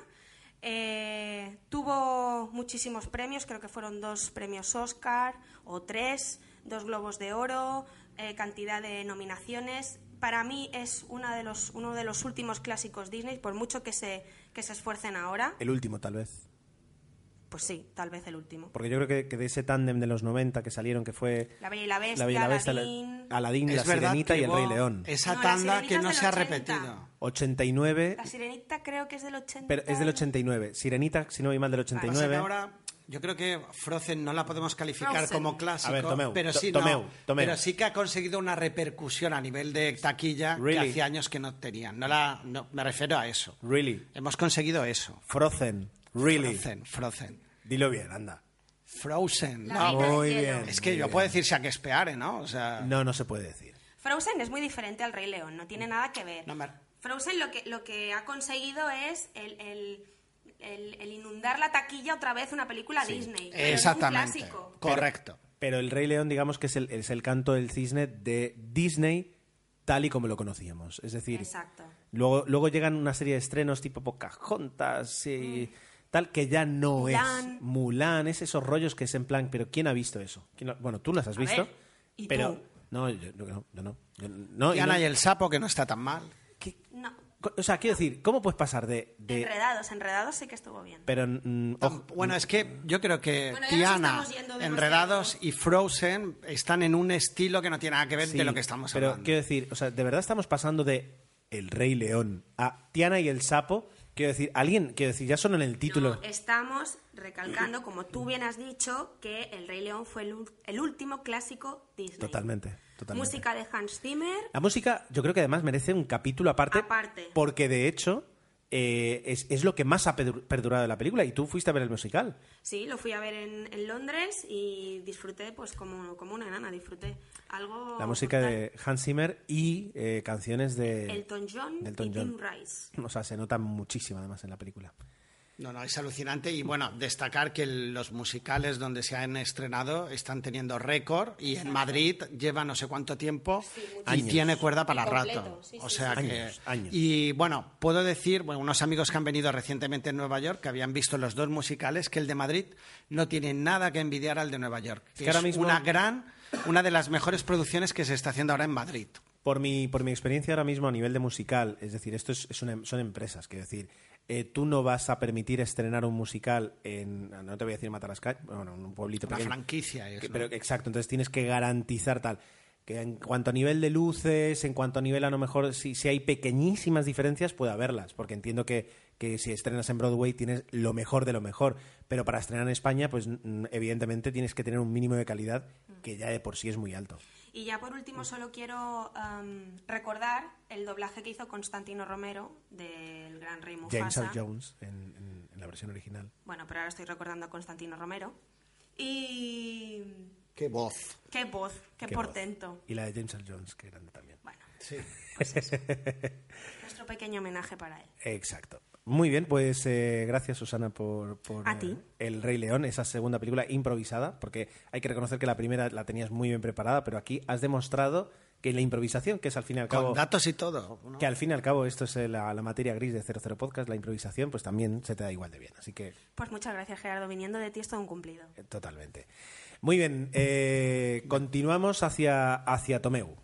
eh, tuvo muchísimos premios, creo que fueron dos premios Oscar o tres, dos Globos de Oro, eh, cantidad de nominaciones. Para mí es una de los, uno de los últimos clásicos Disney, por mucho que se, que se esfuercen ahora. El último, tal vez. Pues sí, tal vez el último. Porque yo creo que, que de ese tándem de los noventa que salieron, que fue La Bella y la Bestia, La Bella y la Bestia, la- Aladín... Aladín, La Es verdad Sirenita que y El hubo Rey León. Esa No, La tanda Sirenita que es no del se ha ochenta. repetido. ochenta y nueve, La Sirenita creo que es del ochenta. pero es del ochenta y nueve. Sirenita, si no voy mal, del ochenta y Pasa que nueve. ahora yo creo que Frozen no la podemos calificar Frozen. como clásico, A ver, Tomeu, pero to- sí Tomeu, no, Tomeu. pero sí que ha conseguido una repercusión a nivel de taquilla Really? que hacía años que no tenían. No la, no, me refiero a eso. Really. Hemos conseguido eso. Frozen. Really. Frozen, Frozen. Dilo bien, anda. Frozen. La No, Reina del Muy Hielo. bien. es que muy yo bien. puedo decir Shakespeare, ¿no? O sea, No, no se puede decir. Frozen es muy diferente al Rey León, no tiene nada que ver. no me- Frozen lo que, lo que ha conseguido es el, el, el- el inundar la taquilla otra vez una película Disney. pero es un exactamente. clásico. Correcto. Pero El Rey León, digamos que es el, es el canto del cisne de Disney tal y como lo conocíamos. Es decir, Exacto. luego, luego llegan una serie de estrenos tipo Pocahontas y tal, que ya no Mulan. es Mulan, es esos rollos que es en plan, pero ¿quién ha visto eso? ¿Quién lo- bueno, tú las has A visto, ver, ¿y pero tú? no, yo no, yo no, yo no, y Y Ana no- y el sapo, que no está tan mal. ¿qué? No. O sea, quiero decir, ¿cómo puedes pasar de, de Enredados, enredados sí que estuvo bien. pero mm, ojo, Bueno, es que yo creo que Bueno, ya nos Tiana, estamos yendo demasiado. Enredados y Frozen están en un estilo que no tiene nada que ver sí, de lo que estamos pero hablando. quiero decir, o sea, de verdad estamos pasando de El Rey León a Tiana y el sapo. Quiero decir, alguien, quiero decir, ya solo en el título. No, estamos recalcando, como tú bien has dicho, que El Rey León fue el, ul- el último clásico Disney. Totalmente, totalmente. Música de Hans Zimmer. La música, yo creo que además merece un capítulo aparte. Aparte. Porque de hecho eh, es, es lo que más ha pedur- perdurado de la película. Y tú fuiste a ver el musical. Sí, lo fui a ver en, en Londres y disfruté, pues como, como una enana, disfruté. Algo La música brutal. de Hans Zimmer y eh, canciones de Elton John de Elton y John. Tim Rice. O sea, se nota muchísimo además en la película. No, no, es alucinante. Y bueno, destacar que los musicales donde se han estrenado están teniendo récord y en Madrid lleva no sé cuánto tiempo y Años. tiene cuerda para Y rato. completo, sí, O sí, sea sí. que. Años, años. Y bueno, puedo decir, bueno, unos amigos que han venido recientemente en Nueva York, que habían visto los dos musicales, que el de Madrid no tiene nada que envidiar al de Nueva York. Que que ahora es mismo- una gran, una de las mejores producciones que se está haciendo ahora en Madrid. Por mi, por mi experiencia ahora mismo a nivel de musical, es decir, esto es, es una- son empresas, quiero decir, eh, tú no vas a permitir estrenar un musical en, no te voy a decir Matarascay, bueno, en un pueblito Una pequeño. franquicia. es, Que- ¿no? pero exacto, entonces tienes que garantizar tal. que en cuanto a nivel de luces, en cuanto a nivel a lo mejor si, si hay pequeñísimas diferencias puede haberlas, porque entiendo que, que si estrenas en Broadway tienes lo mejor de lo mejor, pero para estrenar en España pues evidentemente tienes que tener un mínimo de calidad que ya de por sí es muy alto. Y ya por último solo quiero um, recordar el doblaje que hizo Constantino Romero del Gran Rey Mufasa. James Earl Jones en, en, en la versión original. Bueno, pero ahora estoy recordando a Constantino Romero. Y... ¡Qué voz! ¡Qué voz! ¡Qué, Qué portento! Voz. Y la de James Earl Jones, que grande también. Bueno, Sí. pues eso. Nuestro pequeño homenaje para él. Exacto. Muy bien, pues eh, gracias Susana por, por A eh, ti. El Rey León, esa segunda película improvisada, porque hay que reconocer que la primera la tenías muy bien preparada, pero aquí has demostrado que la improvisación, que es al fin y al cabo... Con datos y todo, ¿no? Que al fin y al cabo esto es la, la materia gris de cero cero Podcast, la improvisación, pues también se te da igual de bien. Así que... Pues muchas gracias, Gerardo. Viniendo de ti es todo un cumplido. eh, totalmente. Muy bien, eh, continuamos hacia, hacia Tomeu.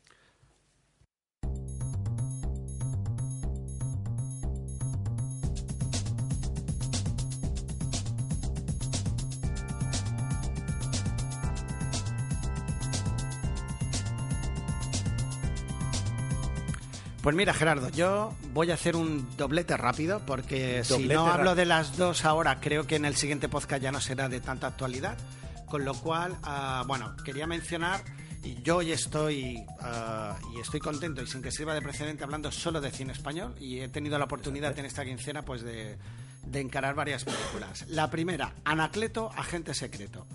Pues mira, Gerardo, yo voy a hacer un doblete rápido porque si Doblete no hablo rápido. de las dos ahora, creo que en el siguiente podcast ya no será de tanta actualidad. Con lo cual, uh, bueno, quería mencionar, y yo hoy estoy, uh, y estoy contento y sin que sirva de precedente hablando solo de cine español, y he tenido la oportunidad en esta quincena pues de, de encarar varias películas. La primera, Anacleto, agente secreto.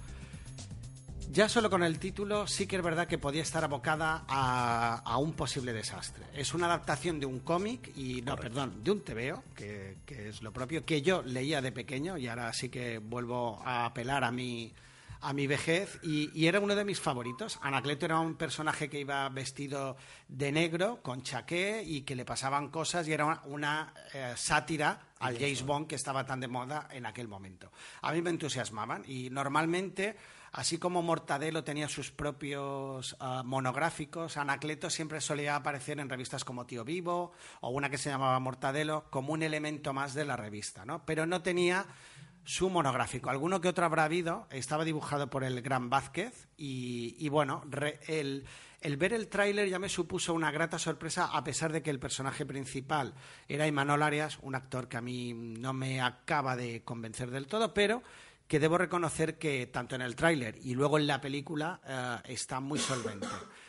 Ya solo con el título sí que es verdad que podía estar abocada a, a un posible desastre. Es una adaptación de un cómic y no, Correcto. perdón, de un tebeo, que, que es lo propio, que yo leía de pequeño y ahora sí que vuelvo a apelar a mi, a mi vejez y, y era uno de mis favoritos. Anacleto era un personaje que iba vestido de negro, con chaqué y que le pasaban cosas y era una, una eh, sátira al James Bond que estaba tan de moda en aquel momento. A mí me entusiasmaban y normalmente... Así como Mortadelo tenía sus propios uh, monográficos, Anacleto siempre solía aparecer en revistas como Tío Vivo o una que se llamaba Mortadelo como un elemento más de la revista, ¿no? Pero no tenía su monográfico. Alguno que otro habrá habido, estaba dibujado por el Gran Vázquez y, y bueno, re, el, el ver el tráiler ya me supuso una grata sorpresa a pesar de que el personaje principal era Imanol Arias, un actor que a mí no me acaba de convencer del todo, pero... que debo reconocer que tanto en el tráiler y luego en la película eh, está muy solvente.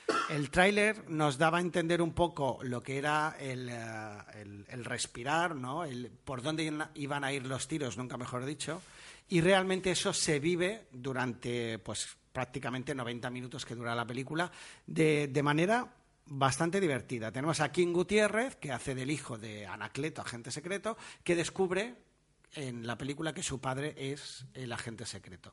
El tráiler nos daba a entender un poco lo que era el, uh, el, el respirar, ¿no? El, por dónde iban a ir los tiros, nunca mejor dicho, y realmente eso se vive durante pues prácticamente noventa minutos que dura la película de, de manera bastante divertida. Tenemos a King Gutiérrez, que hace del hijo de Anacleto, agente secreto, que descubre en la película que su padre es el agente secreto.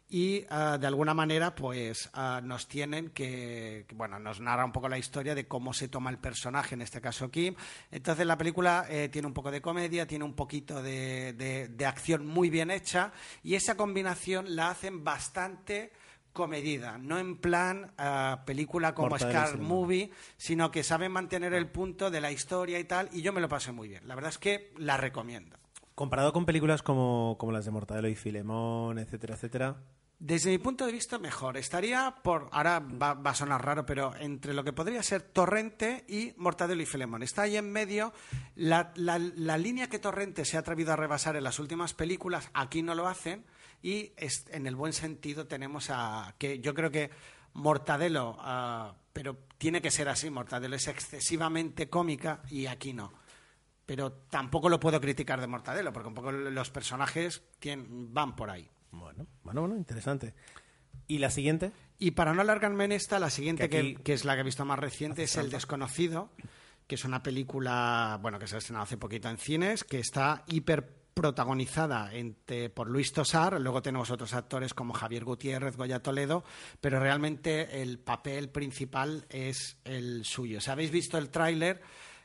Y uh, de alguna manera pues uh, nos tienen que, que, bueno, nos narra un poco la historia de cómo se toma el personaje, en este caso Kim. Entonces la película eh, tiene un poco de comedia, tiene un poquito de, de, de acción muy bien hecha y esa combinación la hacen bastante comedida, no en plan uh, película como Mortadelo Scar y Movie, sino que saben mantener el punto de la historia y tal, y yo me lo pasé muy bien. La verdad es que la recomiendo. Comparado con películas como, como las de Mortadelo y Filemón, etcétera, etcétera... Desde mi punto de vista, mejor. Estaría por, ahora va, va a sonar raro, pero entre lo que podría ser Torrente y Mortadelo y Filemón. Está ahí en medio. La, la, la línea que Torrente se ha atrevido a rebasar en las últimas películas, aquí no lo hacen. Y es, en el buen sentido tenemos a... que yo creo que Mortadelo, uh, pero tiene que ser así, Mortadelo es excesivamente cómica y aquí no. Pero tampoco lo puedo criticar de Mortadelo, porque un poco los personajes tienen, van por ahí. Bueno, bueno, bueno, interesante. ¿Y la siguiente? Y para no alargarme en esta, la siguiente, Que aquí- que, que es la que he visto más reciente, es Hace El falta. Desconocido, que es una película, bueno, que se ha estrenado hace poquito en cines, que está hiper protagonizada entre, por Luis Tosar, luego tenemos otros actores como Javier Gutiérrez, Goya Toledo, pero realmente el papel principal es el suyo. Si habéis visto el tráiler,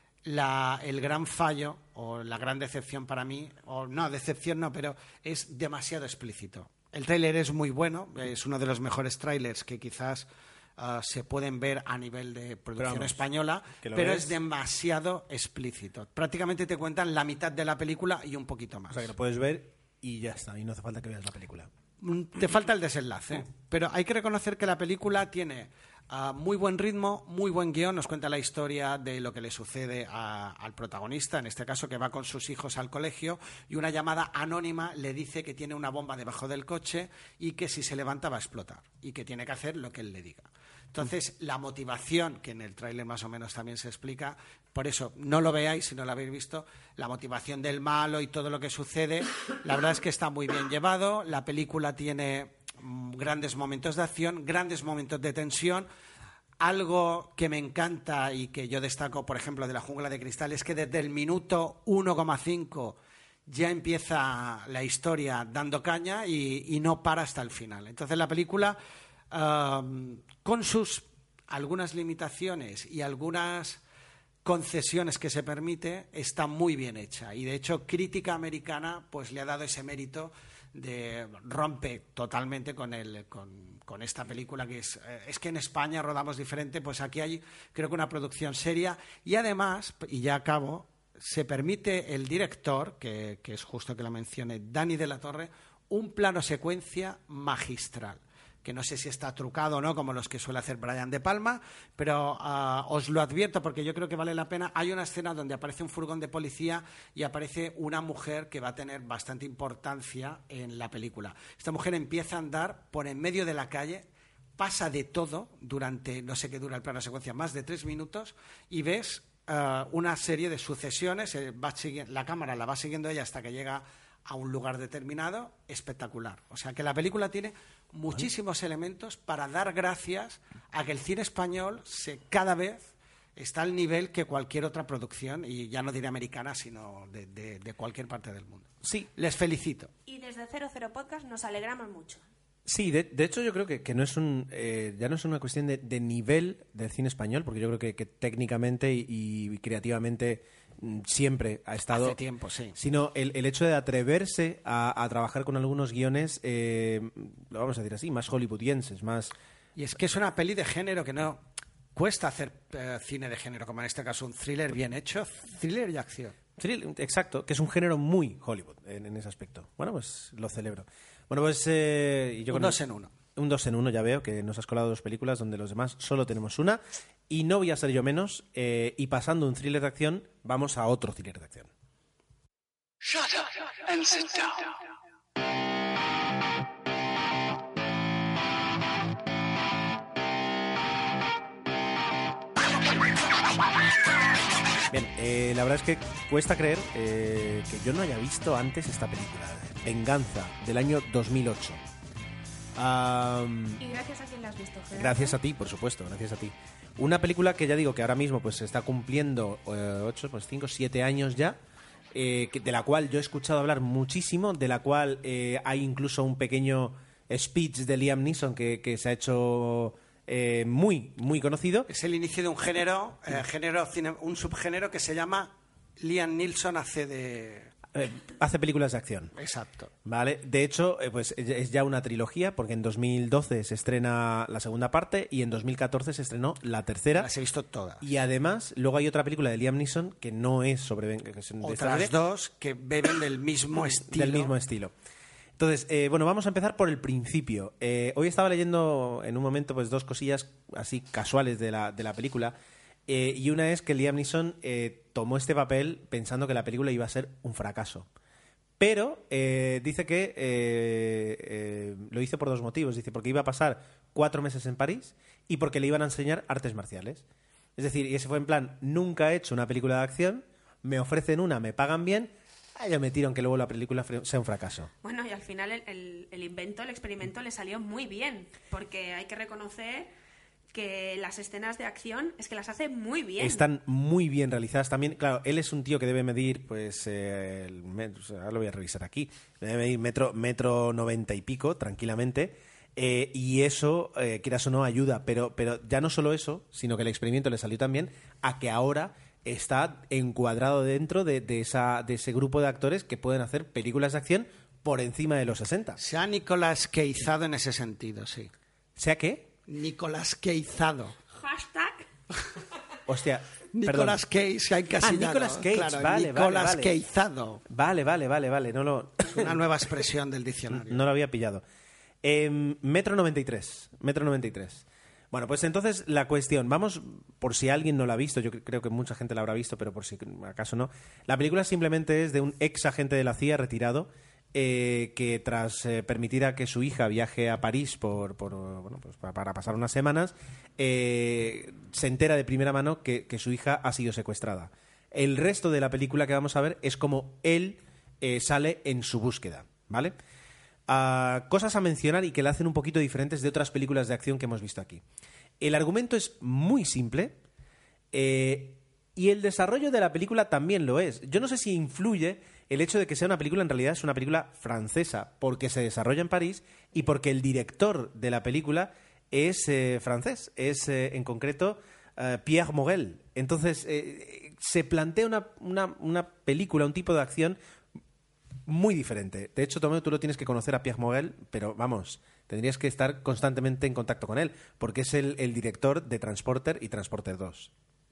la, el gran fallo o la gran decepción para mí, o no, decepción no, pero es demasiado explícito. El tráiler es muy bueno, es uno de los mejores tráilers que quizás uh, se pueden ver a nivel de producción vamos, española, que lo pero ves. es demasiado explícito. Prácticamente te cuentan la mitad de la película y un poquito más. O sea, que lo puedes ver y ya está, y no hace falta que veas la película. Mm, Te falta el desenlace, pero hay que reconocer que la película tiene Uh, muy buen ritmo, muy buen guión. Nos cuenta la historia de lo que le sucede a, al protagonista, en este caso que va con sus hijos al colegio, y una llamada anónima le dice que tiene una bomba debajo del coche y que si se levanta va a explotar y que tiene que hacer lo que él le diga. Entonces, la motivación, que en el tráiler más o menos también se explica, por eso no lo veáis si no lo habéis visto, la motivación del malo y todo lo que sucede, la verdad es que está muy bien llevado. La película tiene grandes momentos de acción, grandes momentos de tensión. Algo que me encanta y que yo destaco, por ejemplo, de La jungla de cristal, es que desde el minuto uno coma cinco ya empieza la historia dando caña y, y no para hasta el final. Entonces la película, um, con sus algunas limitaciones y algunas concesiones que se permite, está muy bien hecha. Y de hecho, Crítica Americana pues le ha dado ese mérito de rompe totalmente con el con, con esta película que es eh, es que en España rodamos diferente, pues aquí hay creo que una producción seria y además, y ya acabo, se permite el director, que, que es justo que lo mencione, Dani de la Torre, un plano secuencia magistral, que no sé si está trucado o no, como los que suele hacer Brian De Palma, pero uh, os lo advierto porque yo creo que vale la pena. Hay una escena donde aparece un furgón de policía y aparece una mujer que va a tener bastante importancia en la película. Esta mujer empieza a andar por en medio de la calle, pasa de todo durante, no sé qué dura el plano secuencia, más de tres minutos, y ves uh, una serie de sucesiones, eh, va siguiendo, la cámara la va siguiendo ella hasta que llega a un lugar determinado, espectacular. O sea que la película tiene muchísimos elementos para dar gracias a que el cine español se, cada vez está al nivel que cualquier otra producción, y ya no diré americana, sino de, de, de cualquier parte del mundo. Sí, les felicito. Y desde Cero Cero Podcast nos alegramos mucho. Sí, de, de hecho yo creo que, que no es un eh, ya no es una cuestión de, de nivel del cine español, porque yo creo que, que técnicamente y, y creativamente mm, siempre ha estado... Hace tiempo, sí. Sino el, el hecho de atreverse a, a trabajar con algunos guiones, eh, lo vamos a decir así, más hollywoodienses, más... Y es que es una peli de género que no... Cuesta hacer eh, cine de género, como en este caso un thriller bien hecho, thriller y acción. Thriller, exacto, que es un género muy Hollywood en, en ese aspecto. Bueno, pues lo celebro. Bueno, pues... Eh, yo un con dos en uno. Un dos en uno, ya veo que nos has colado dos películas donde los demás solo tenemos una. Y no voy a ser yo menos. Eh, y pasando un thriller de acción, vamos a otro thriller de acción. Shut up and sit down. Bien, eh, la verdad es que cuesta creer eh, que yo no haya visto antes esta película, Venganza, del año dos mil ocho. Um, y gracias a quien la has visto, Gerardo. Gracias a ti, por supuesto, gracias a ti. Una película que ya digo que ahora mismo pues está cumpliendo eh, ocho, pues cinco, siete años ya, eh, que, de la cual yo he escuchado hablar muchísimo, de la cual eh, hay incluso un pequeño speech de Liam Neeson que, que se ha hecho... Eh, muy, muy conocido. Es el inicio de un género, eh, género cine, un subgénero que se llama Liam Neeson hace de... Eh, hace películas de acción. Exacto. Vale. De hecho, eh, pues es ya una trilogía, porque en dos mil doce se estrena la segunda parte y en dos mil catorce se estrenó la tercera. Las he visto todas. Y además, luego hay otra película de Liam Neeson que no es sobre... Que es Otras dos que beben del mismo estilo. Del mismo estilo. Entonces, eh, bueno, vamos a empezar por el principio. Eh, hoy estaba leyendo en un momento pues dos cosillas así casuales de la, de la película, eh, y una es que Liam Neeson eh, tomó este papel pensando que la película iba a ser un fracaso. Pero eh, dice que eh, eh, lo hizo por dos motivos. Dice porque iba a pasar cuatro meses en París y porque le iban a enseñar artes marciales. Es decir, y ese fue en plan, nunca he hecho una película de acción, me ofrecen una, me pagan bien... Ah, ya me tiro que luego la película sea un fracaso. Bueno, y al final el, el, el invento, el experimento le salió muy bien, porque hay que reconocer que las escenas de acción es que las hace muy bien. Están muy bien realizadas también. Claro, él es un tío que debe medir, pues, eh, el metro, ahora lo voy a revisar aquí, debe medir metro, metro noventa y pico, tranquilamente. Eh, y eso, eh, quieras o no, ayuda. Pero, pero ya no solo eso, sino que el experimento le salió también a que ahora... está encuadrado dentro de, de, esa, de ese grupo de actores que pueden hacer películas de acción por encima de los sesenta. Se ha Nicolas Cageizado en ese sentido, sí. ¿Sea qué? Nicolas Cageizado. Hashtag. Hostia, Nicolas Cage, hay casi ah, Nicolas Cage, claro, vale, Nicolas vale, vale. Cageizado. Vale, vale, vale, vale. No lo... Es una nueva expresión del diccionario. No lo había pillado. Eh, metro noventa y tres. Metro noventa y tres. Bueno, pues entonces la cuestión, vamos, por si alguien no la ha visto, yo creo que mucha gente la habrá visto, pero por si acaso no. La película simplemente es de un ex agente de la C I A retirado eh, que tras eh, permitir a que su hija viaje a París por, por bueno, pues para, para pasar unas semanas, eh, se entera de primera mano que, que su hija ha sido secuestrada. El resto de la película que vamos a ver es como él eh, sale en su búsqueda, ¿vale? Uh, cosas a mencionar y que la hacen un poquito diferentes de otras películas de acción que hemos visto aquí. El argumento es muy simple eh, y el desarrollo de la película también lo es. Yo no sé si influye el hecho de que sea una película, en realidad es una película francesa, porque se desarrolla en París y porque el director de la película es eh, francés, es eh, en concreto eh, Pierre Morel. Entonces eh, se plantea una, una, una película, un tipo de acción muy diferente. De hecho, Tomeo, tú lo tienes que conocer a Pierre Morel, pero vamos, tendrías que estar constantemente en contacto con él, porque es el, el director de Transporter y Transporter dos.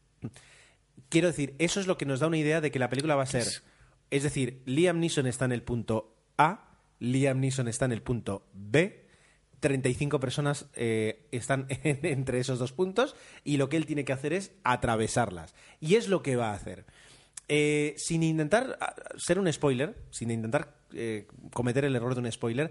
Quiero decir, eso es lo que nos da una idea de que la película va a ser... Es decir, Liam Neeson está en el punto A, Liam Neeson está en el punto B, treinta y cinco personas eh, están en, entre esos dos puntos, y lo que él tiene que hacer es atravesarlas. Y es lo que va a hacer. Eh, sin intentar ser un spoiler, sin intentar eh, cometer el error de un spoiler,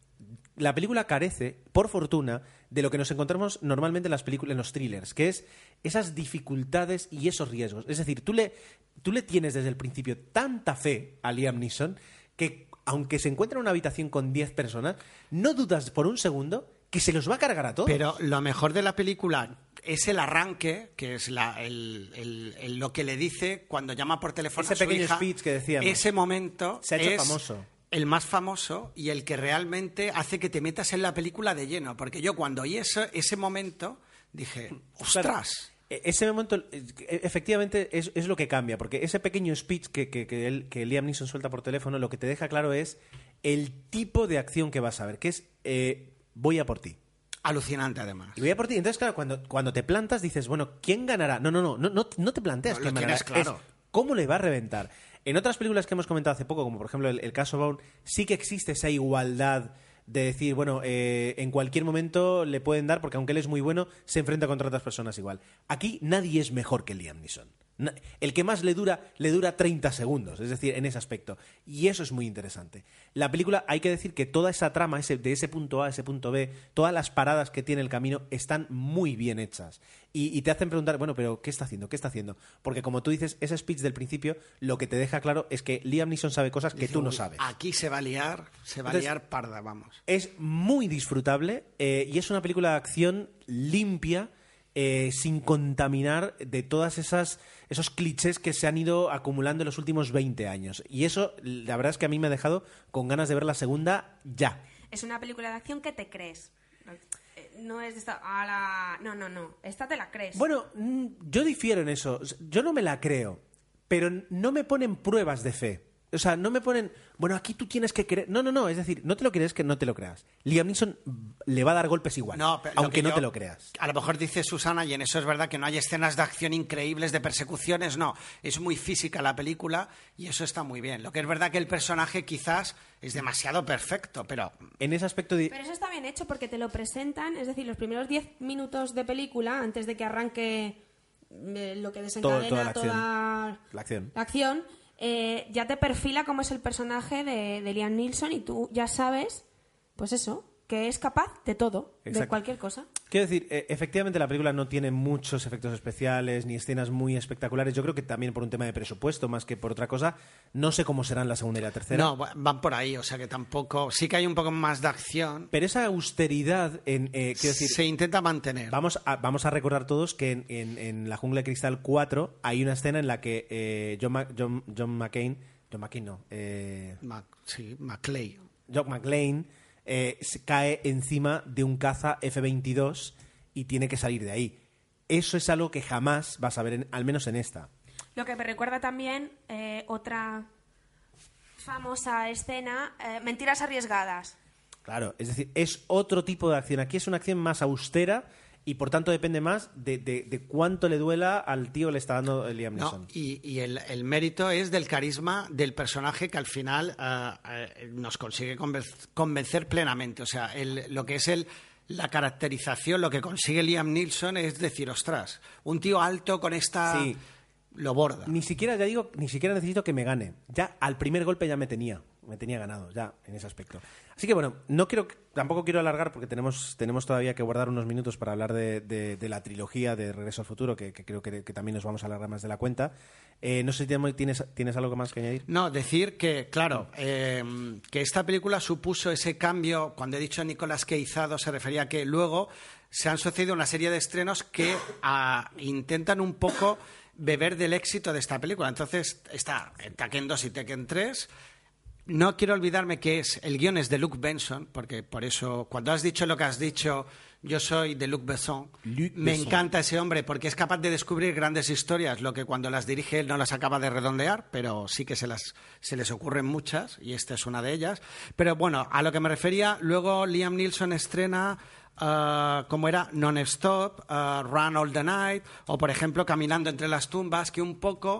la película carece, por fortuna, de lo que nos encontramos normalmente en las películas, en los thrillers, que es esas dificultades y esos riesgos. Es decir, tú le, tú le tienes desde el principio tanta fe a Liam Neeson que, aunque se encuentra en una habitación con diez personas, no dudas por un segundo que se los va a cargar a todos. Pero lo mejor de la película es el arranque, que es la, el, el, el, lo que le dice cuando llama por teléfono ese a su pequeño hija. Speech que decíamos. Ese momento se ha hecho es famoso. El más famoso y el que realmente hace que te metas en la película de lleno. Porque yo cuando oí ese, ese momento dije, ¡ostras! Claro, ese momento efectivamente es, es lo que cambia, porque ese pequeño speech que, que, que, él, que Liam Neeson suelta por teléfono lo que te deja claro es el tipo de acción que vas a ver, que es eh, voy a por ti. Alucinante, además. Y voy a por ti. Entonces, claro, cuando, cuando te plantas dices, bueno, ¿quién ganará? No, no, no, no, no, no te planteas No, quién lo ganará. tienes claro. Es cómo le va a reventar. En otras películas que hemos comentado hace poco, como por ejemplo el, el caso Bourne, sí que existe esa igualdad de decir, bueno, eh, en cualquier momento le pueden dar, porque aunque él es muy bueno, se enfrenta contra otras personas igual. Aquí nadie es mejor que Liam Neeson. El que más le dura, le dura treinta segundos, es decir, en ese aspecto. Y eso es muy interesante. La película, hay que decir que toda esa trama, ese, de ese punto A a ese punto B, todas las paradas que tiene el camino, están muy bien hechas. Y, y te hacen preguntar, bueno, pero ¿qué está haciendo? ¿Qué está haciendo? Porque como tú dices, ese speech del principio, lo que te deja claro es que Liam Neeson sabe cosas que Dice, tú no uy, sabes. Aquí se va a liar, se va Entonces, a liar parda, vamos. Es muy disfrutable eh, y es una película de acción limpia, eh, sin contaminar de todas esas esos clichés que se han ido acumulando en los últimos veinte años. Y eso, la verdad es que a mí me ha dejado con ganas de ver la segunda ya. Es una película de acción que te crees. No es de esta... A la... No, no, no. Esta te la crees. Bueno, yo difiero en eso. Yo no me la creo, pero no me ponen pruebas de fe. O sea, no me ponen, bueno, aquí tú tienes que creer. No, no, no, es decir, no te lo crees que no te lo creas. Liam Neeson le va a dar golpes igual, No, pero aunque no yo- te lo creas. A lo mejor dice Susana, y en eso es verdad que no hay escenas de acción increíbles, de persecuciones, no. Es muy física la película y eso está muy bien. Lo que es verdad que el personaje quizás es demasiado perfecto, pero En ese aspecto, de- Pero eso está bien hecho porque te lo presentan, es decir, los primeros diez minutos de película, antes de que arranque eh, lo que desencadena toda la acción. toda la acción. la acción, eh, ya te perfila cómo es el personaje de, de Liam Neeson y tú ya sabes, pues eso, que es capaz de todo, de Exacto. cualquier cosa. Quiero decir, eh, efectivamente la película no tiene muchos efectos especiales ni escenas muy espectaculares. Yo creo que también por un tema de presupuesto más que por otra cosa. No sé cómo serán la segunda y la tercera. no, va- van por ahí, o sea que tampoco... Sí que hay un poco más de acción, Pero esa austeridad, en, eh, quiero decir, se intenta mantener. vamos a, vamos a recordar todos que en, en- en La Jungla de Cristal cuatro hay una escena en la que eh, John, Ma- John, John McCain, John McCain no, eh, Mac- sí, McClay. John McClane eh, se cae encima de un caza F veintidós y tiene que salir de ahí. Eso es algo que jamás vas a ver, en- al menos en esta. Lo que me recuerda también eh, otra famosa escena, eh, Mentiras arriesgadas. Claro, es decir, es otro tipo de acción. Aquí es una acción más austera y por tanto depende más de, de- de cuánto le duela al tío que le está dando Liam Neeson. No, y y el, el mérito es del carisma del personaje que al final eh, eh, nos consigue conven- convencer plenamente. O sea, el- lo que es el, la caracterización, lo que consigue Liam Neeson es decir, ostras, un tío alto con esta... Sí. Lo borda. Ni siquiera, ya digo, ni siquiera necesito que me gane. Ya al primer golpe ya me tenía, me tenía ganado, ya, en ese aspecto. Así que bueno, no quiero, tampoco quiero alargar porque tenemos, tenemos todavía que guardar unos minutos para hablar de, de, de la trilogía de Regreso al Futuro, que, que creo que, que también nos vamos a alargar más de la cuenta. Eh, no sé si tienes, tienes algo más que añadir. No, decir que, claro, eh, que esta película supuso ese cambio. Cuando he dicho Nicolas Cageado, se refería a que luego se han sucedido una serie de estrenos que a, intentan un poco beber del éxito de esta película. Entonces está Tekken dos y Tekken tres. No quiero olvidarme que es el guion es de Luc Besson, porque por eso, cuando has dicho lo que has dicho, yo soy de Luc Besson. Luc Me Besson. encanta ese hombre porque es capaz de descubrir grandes historias, lo que cuando las dirige él no las acaba de redondear, pero sí que se, las, se les ocurren muchas, y esta es una de ellas. Pero bueno, a lo que me refería, luego Liam Neeson estrena... Uh, como era Non-Stop, uh, Run All the Night, o por ejemplo Caminando entre las tumbas, que un poco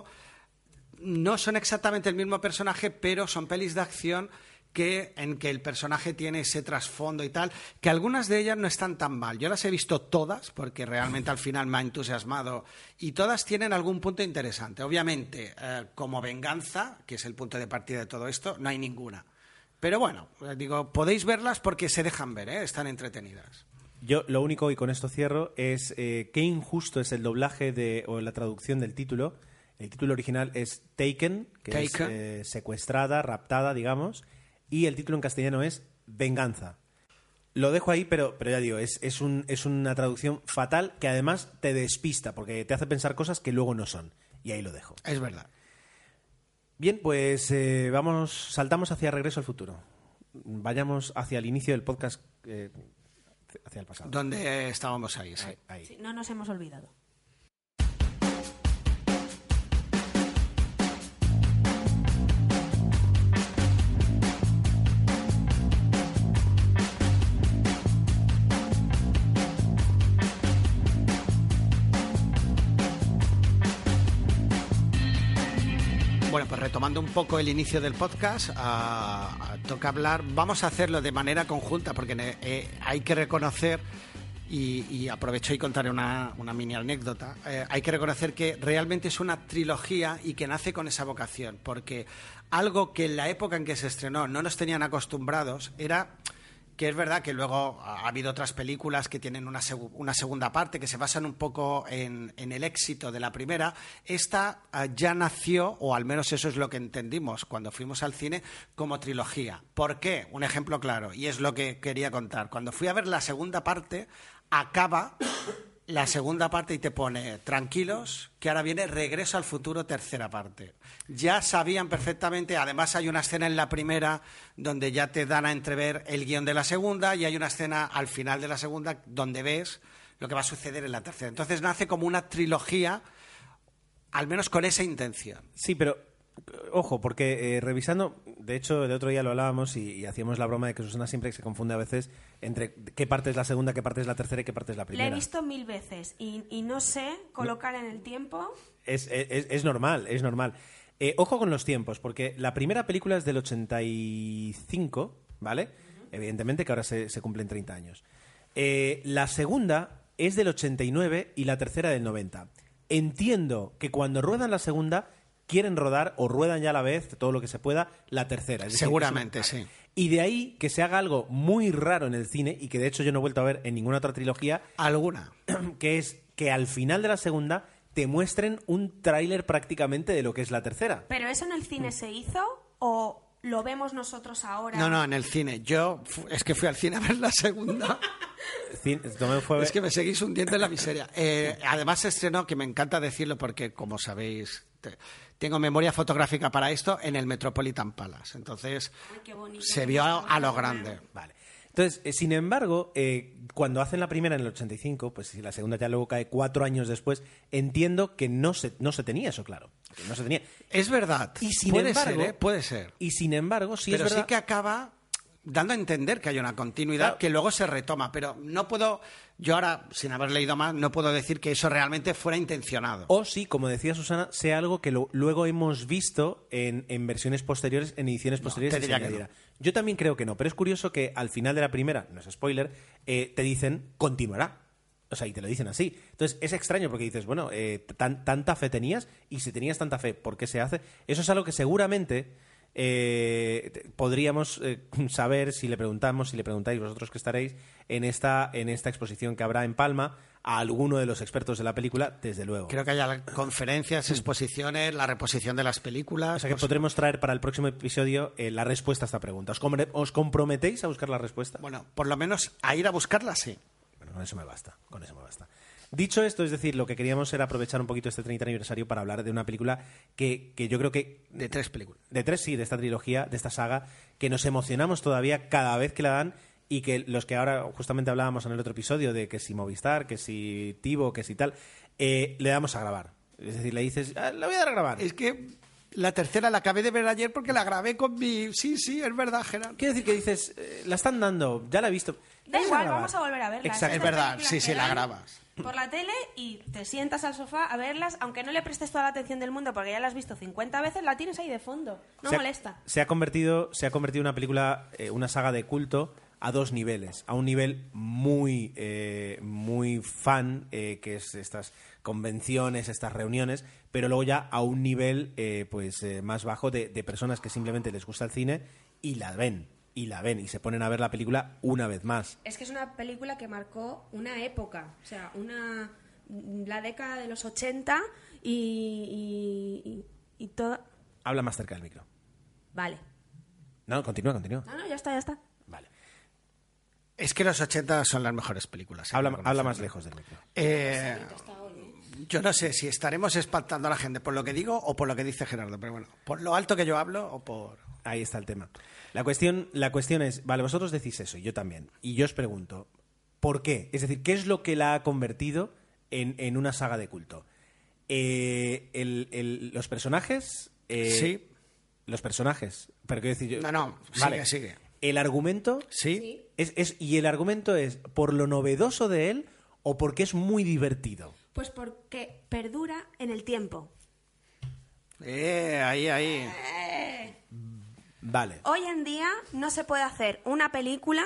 no son exactamente el mismo personaje, pero son pelis de acción que, en que el personaje tiene ese trasfondo y tal, que algunas de ellas no están tan mal. Yo las he visto todas, porque realmente al final me ha entusiasmado, y todas tienen algún punto interesante. Obviamente, uh, como venganza, que es el punto de partida de todo esto, no hay ninguna. Pero bueno, digo, podéis verlas porque se dejan ver, ¿eh? Están entretenidas. Yo lo único, y con esto cierro, es eh, qué injusto es el doblaje de, o la traducción del título. El título original es Taken, que Taken. es eh, secuestrada, raptada, digamos, y el título en castellano es Venganza. Lo dejo ahí, pero, pero ya digo, es, es, un, es una traducción fatal que además te despista, porque te hace pensar cosas que luego no son. Y ahí lo dejo. Es verdad. Bien, pues eh, vamos, saltamos hacia Regreso al Futuro. Vayamos hacia el inicio del podcast, eh, hacia el pasado. Donde estábamos ahí, sí. Ahí, ahí. Sí, no nos hemos olvidado. Bueno, pues retomando un poco el inicio del podcast, uh, toca hablar, vamos a hacerlo de manera conjunta porque eh, hay que reconocer, y, y aprovecho y contaré una, una mini anécdota, eh, hay que reconocer que realmente es una trilogía y que nace con esa vocación, porque algo que en la época en que se estrenó no nos tenían acostumbrados era... que es verdad que luego ha habido otras películas que tienen una, seg- una segunda parte que se basan un poco en, en el éxito de la primera. Esta uh, ya nació, o al menos eso es lo que entendimos cuando fuimos al cine, como trilogía. ¿Por qué? Un ejemplo claro, y es lo que quería contar. Cuando fui a ver la segunda parte, acaba la segunda parte y te pone, tranquilos, que ahora viene Regreso al Futuro, tercera parte. Ya sabían perfectamente, además hay una escena en la primera donde ya te dan a entrever el guión de la segunda, y hay una escena al final de la segunda donde ves lo que va a suceder en la tercera. Entonces nace como una trilogía, al menos con esa intención. Sí, pero ojo, porque eh, revisando, de hecho, el otro día lo hablábamos y, y hacíamos la broma de que Susana siempre se confunde a veces entre qué parte es la segunda, qué parte es la tercera y qué parte es la La primera. he visto mil veces y, y no sé colocar en el tiempo. Es, es, es normal, es normal. Eh, ojo con los tiempos, porque la primera película es del ochenta y cinco, ¿vale? Uh-huh. Evidentemente que ahora se, se cumplen treinta años. Eh, la segunda es del ochenta y nueve y la tercera del noventa. Entiendo que cuando ruedan la segunda quieren rodar, o ruedan ya a la vez, todo lo que se pueda, la tercera. Es decir, seguramente, es una... sí. Y de ahí que se haga algo muy raro en el cine, y que de hecho yo no he vuelto a ver en ninguna otra trilogía. ¿Alguna? Que es que al final de la segunda te muestren un tráiler prácticamente de lo que es la tercera. ¿Pero eso en el cine se hizo o lo vemos nosotros ahora? No, no, en el cine. Yo fu- es que fui al cine a ver la segunda. Cin- no fue... Es que me seguís hundiendo en la miseria. Eh, además se estrenó, que me encanta decirlo porque, como sabéis, te- tengo memoria fotográfica para esto, en el Metropolitan Palace. Entonces, Ay, qué bonito. se vio a, a lo grande. Vale. Entonces, eh, sin embargo, eh, cuando hacen la primera en el ochenta y cinco, pues si la segunda ya luego cae cuatro años después, entiendo que no se, no se tenía eso claro. Que no se tenía. Es verdad. Y sin puede embargo, ser, ¿eh? Puede ser. Y sin embargo, sí Pero es verdad. sí que acaba dando a entender que hay una continuidad Claro. que luego se retoma, pero no puedo, yo ahora, sin haber leído más, no puedo decir que eso realmente fuera intencionado. O sí, como decía Susana, sea algo que lo- luego hemos visto en, en versiones posteriores, en ediciones posteriores. te y se diría que añadiera. Yo también creo que no, pero es curioso que al final de la primera, no es spoiler, eh, te dicen continuará. O sea, y te lo dicen así. Entonces, es extraño porque dices, bueno, eh, tan- tanta fe tenías, y si tenías tanta fe, ¿por qué se hace? Eso es algo que seguramente eh, te- podríamos eh, saber si le preguntamos, si le preguntáis vosotros que estaréis en esta, en esta exposición que habrá en Palma a alguno de los expertos de la película, desde luego. Creo que haya conferencias, exposiciones, la reposición de las películas. O sea que pues, podremos traer para el próximo episodio eh, la respuesta a esta pregunta. ¿Os, compre- os comprometéis a buscar la respuesta? bueno, por lo menos a ir a buscarla, sí. Bueno, con eso me basta, con eso me basta. Dicho esto, es decir, lo que queríamos era aprovechar un poquito este treinta aniversario para hablar de una película que, que yo creo que... De tres películas. De tres, sí, de esta trilogía, de esta saga, que nos emocionamos todavía cada vez que la dan y que los que ahora justamente hablábamos en el otro episodio de que si Movistar, que si Tivo, que si tal, eh, le damos a grabar. Es decir, le dices, ah, le voy a dar a grabar. Es que la tercera la acabé de ver ayer porque la grabé con mi... Sí, sí, es verdad, Gerardo. Quiero decir que dices, eh, la están dando, ya la he visto. Da Vamos a igual, grabar. vamos a volver a verlas. Exacto. Es Estas verdad, películas sí, que sí, la dan grabas. Por la tele y te sientas al sofá a verlas, aunque no le prestes toda la atención del mundo porque ya la has visto cincuenta veces, la tienes ahí de fondo. No se ha- molesta. Se ha convertido, se ha convertido en una película, eh, una saga de culto a dos niveles. A un nivel muy, eh, muy fan, eh, que es estas convenciones, estas reuniones, pero luego ya a un nivel eh, pues eh, más bajo de, de personas que simplemente les gusta el cine y la ven, y la ven, y se ponen a ver la película una vez más. Es que es una película que marcó una época, o sea, una la década de los ochenta y, y, y, y toda... Habla más cerca del micro. Vale. No, continúa, continúa. No, no, ya está, ya está. Vale. Es que los ochenta son las mejores películas. ¿eh? Habla, Hay que habla reconocerlo. más lejos del micro. Eh, yo no sé si estaremos espantando a la gente por lo que digo o por lo que dice Gerardo, pero bueno, por lo alto que yo hablo o por... Ahí está el tema. La cuestión, la cuestión es, vale, vosotros decís eso, y yo también. Y yo os pregunto, ¿por qué? Es decir, ¿qué es lo que la ha convertido en, en una saga de culto? Eh, el- el- ¿Los personajes? Eh, Sí. Los personajes. Pero quiero decir yo... No, no, Vale. sigue, sigue. ¿El argumento? Sí. Es, es, ¿Y el argumento es por lo novedoso de él o porque es muy divertido? Pues porque perdura en el tiempo. Eh, ahí, ahí. Vale. Hoy en día no se puede hacer una película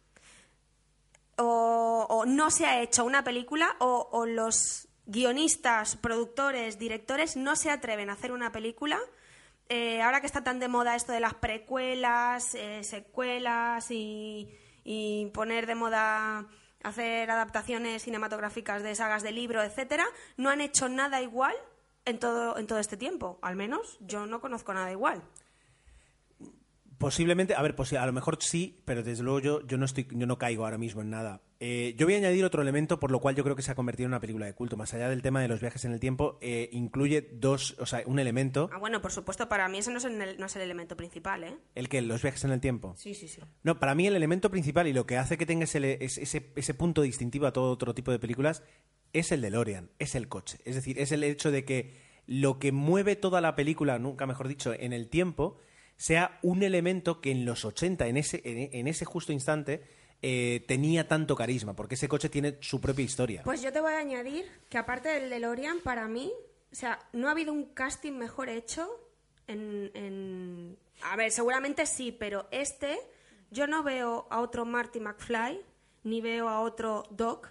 o, o no se ha hecho una película o, o los guionistas, productores, directores no se atreven a hacer una película. Eh, ahora que está tan de moda esto de las precuelas, eh, secuelas y, y poner de moda hacer adaptaciones cinematográficas de sagas de libro, etcétera, no han hecho nada igual en todo, en todo este tiempo. Al menos yo no conozco nada igual. Posiblemente, a ver, posi- a lo mejor sí, pero desde luego yo, yo no estoy, yo no caigo ahora mismo en nada. Eh, yo voy a añadir otro elemento por lo cual yo creo que se ha convertido en una película de culto. Más allá del tema de los viajes en el tiempo, eh, incluye dos, o sea, un elemento, Ah, bueno, por supuesto, para mí ese no es el, no es el elemento principal, ¿eh? el que los viajes en el tiempo. Sí, sí, sí. No, para mí el elemento principal y lo que hace que tenga ese, ese, ese- ese punto distintivo a todo otro tipo de películas es el DeLorean, es el coche. Es decir, es el hecho de que lo que mueve toda la película, nunca mejor dicho, en el tiempo, sea un elemento que en los ochenta, en ese, en, en ese justo instante, eh, tenía tanto carisma, porque ese coche tiene su propia historia. Pues yo te voy a añadir que aparte del DeLorean, para mí, o sea, no ha habido un casting mejor hecho en... en- A ver, seguramente sí, pero este, yo no veo a otro Marty McFly, ni veo a otro Doc,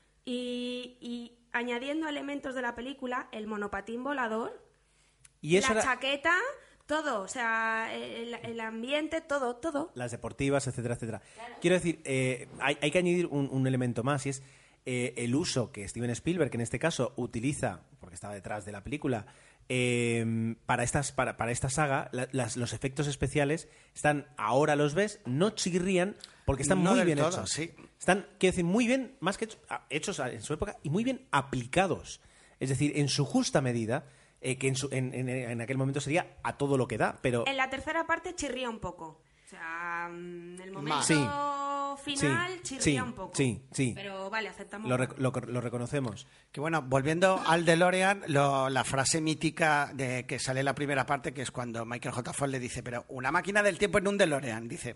y, y añadiendo elementos de la película, el monopatín volador, y eso la era- chaqueta, todo, o sea, el, el ambiente, todo, todo. las deportivas, etcétera, etcétera. Quiero decir, eh, hay, hay que añadir un, un elemento más y es eh, el uso que Steven Spielberg, en este caso, utiliza, porque estaba detrás de la película, eh, para, estas, para, para esta saga, la- las- los efectos especiales están, ahora los ves, no chirrían porque están No muy del bien todo, hechos. sí. Están, quiero decir, muy bien, más que hechos, ah, hechos en su época y muy bien aplicados. Es decir, en su justa medida, eh, que en, su- en- en- en aquel momento sería a todo lo que da, pero... En la tercera parte chirría un poco. O sea, mm, el momento Sí. final Sí, chirría sí, un poco. sí, sí. Pero vale, aceptamos. Lo, rec- lo, lo reconocemos. Que bueno, volviendo al DeLorean, lo- la frase mítica de que sale en la primera parte, que es cuando Michael J. Fox le dice, pero una máquina del tiempo en un DeLorean. Dice,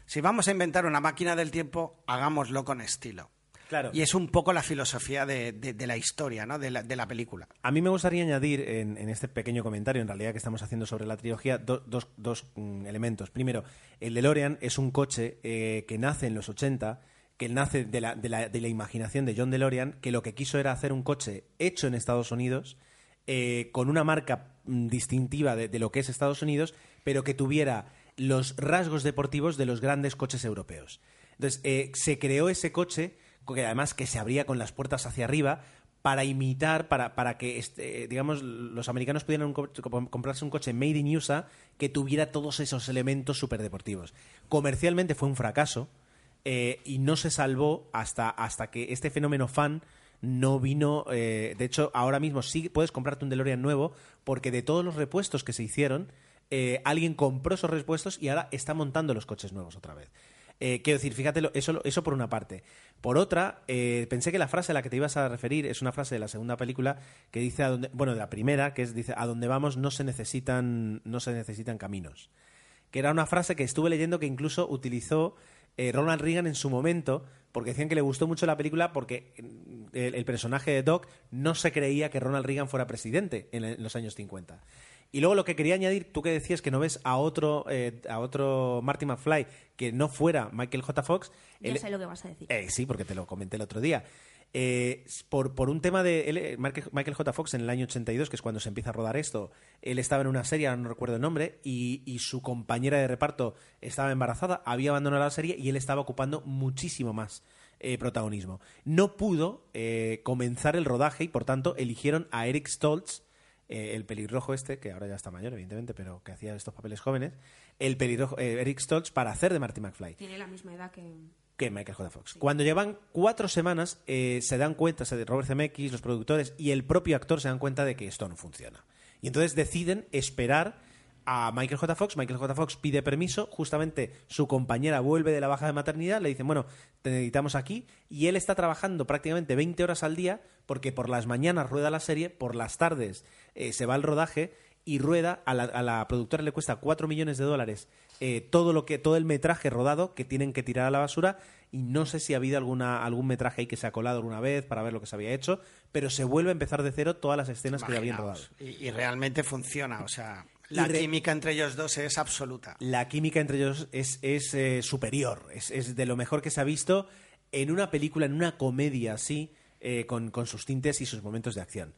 Si vamos a inventar una máquina del tiempo, hagámoslo con estilo. Claro. Y es un poco la filosofía de, de, de la historia, ¿no? de, la, de la película. A mí me gustaría añadir en, en este pequeño comentario, en realidad, que estamos haciendo sobre la trilogía, do, dos, dos mm, elementos. Primero, el DeLorean es un coche eh, que nace en los ochenta, que nace de la, de, la, de la imaginación de John DeLorean, que lo que quiso era hacer un coche hecho en Estados Unidos, eh, con una marca mm, distintiva de, de lo que es Estados Unidos, pero que tuviera los rasgos deportivos de los grandes coches europeos. Entonces, eh, se creó ese coche, que además que se abría con las puertas hacia arriba, para imitar, para, para que este, digamos los americanos pudieran un co- comprarse un coche made in U S A que tuviera todos esos elementos superdeportivos. Comercialmente fue un fracaso eh, y no se salvó hasta, hasta que este fenómeno fan no vino. Eh, de hecho, ahora mismo sí puedes comprarte un DeLorean nuevo, porque de todos los repuestos que se hicieron, eh, alguien compró esos repuestos y ahora está montando los coches nuevos otra vez. Eh, quiero decir, fíjate, eso, eso por una parte. Por otra, eh, pensé que la frase a la que te ibas a referir es una frase de la segunda película que dice, a donde, bueno, de la primera, que es, dice, a donde vamos no se necesitan, no se necesitan caminos. Que era una frase que estuve leyendo que incluso utilizó eh, Ronald Reagan en su momento, porque decían que le gustó mucho la película porque el, el personaje de Doc no se creía que Ronald Reagan fuera presidente en, en los años cincuenta. Y luego lo que quería añadir, tú que decías que no ves a otro eh, a otro Marty McFly que no fuera Michael J. Fox. Ya él, sé lo que vas a decir. Eh, sí, porque te lo comenté el otro día. Eh, por, por un tema de él, Michael J. Fox en el año ochenta y dos, que es cuando se empieza a rodar esto, él estaba en una serie, ahora no recuerdo el nombre, y, y su compañera de reparto estaba embarazada, había abandonado la serie y él estaba ocupando muchísimo más eh, protagonismo. No pudo eh, comenzar el rodaje y por tanto eligieron a Eric Stoltz, Eh, el pelirrojo este, que ahora ya está mayor, evidentemente, pero que hacía estos papeles jóvenes, el pelirrojo eh, Eric Stoltz, para hacer de Marty McFly. Tiene la misma edad que... Que Michael J. Fox. Sí. Cuando llevan cuatro semanas, eh, se dan cuenta, se, Robert Zemeckis, los productores y el propio actor se dan cuenta de que esto no funciona. Y entonces deciden esperar a Michael J. Fox. Michael J. Fox pide permiso, justamente su compañera vuelve de la baja de maternidad, le dicen, bueno, te necesitamos aquí, y él está trabajando prácticamente veinte horas al día, porque por las mañanas rueda la serie, por las tardes eh, se va al rodaje y rueda, a la, a la productora le cuesta cuatro millones de dólares eh, todo lo que todo el metraje rodado que tienen que tirar a la basura, y no sé si ha habido alguna algún metraje ahí que se ha colado alguna vez para ver lo que se había hecho, pero se vuelve a empezar de cero todas las escenas Imaginaos, que ya habían rodado. Y, y realmente funciona, o sea... La re... química entre ellos dos es absoluta. La química entre ellos es, es eh, superior, es, es de lo mejor que se ha visto en una película, en una comedia así, eh, con, con sus tintes y sus momentos de acción.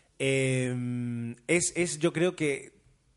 Eh, es, es, yo creo que...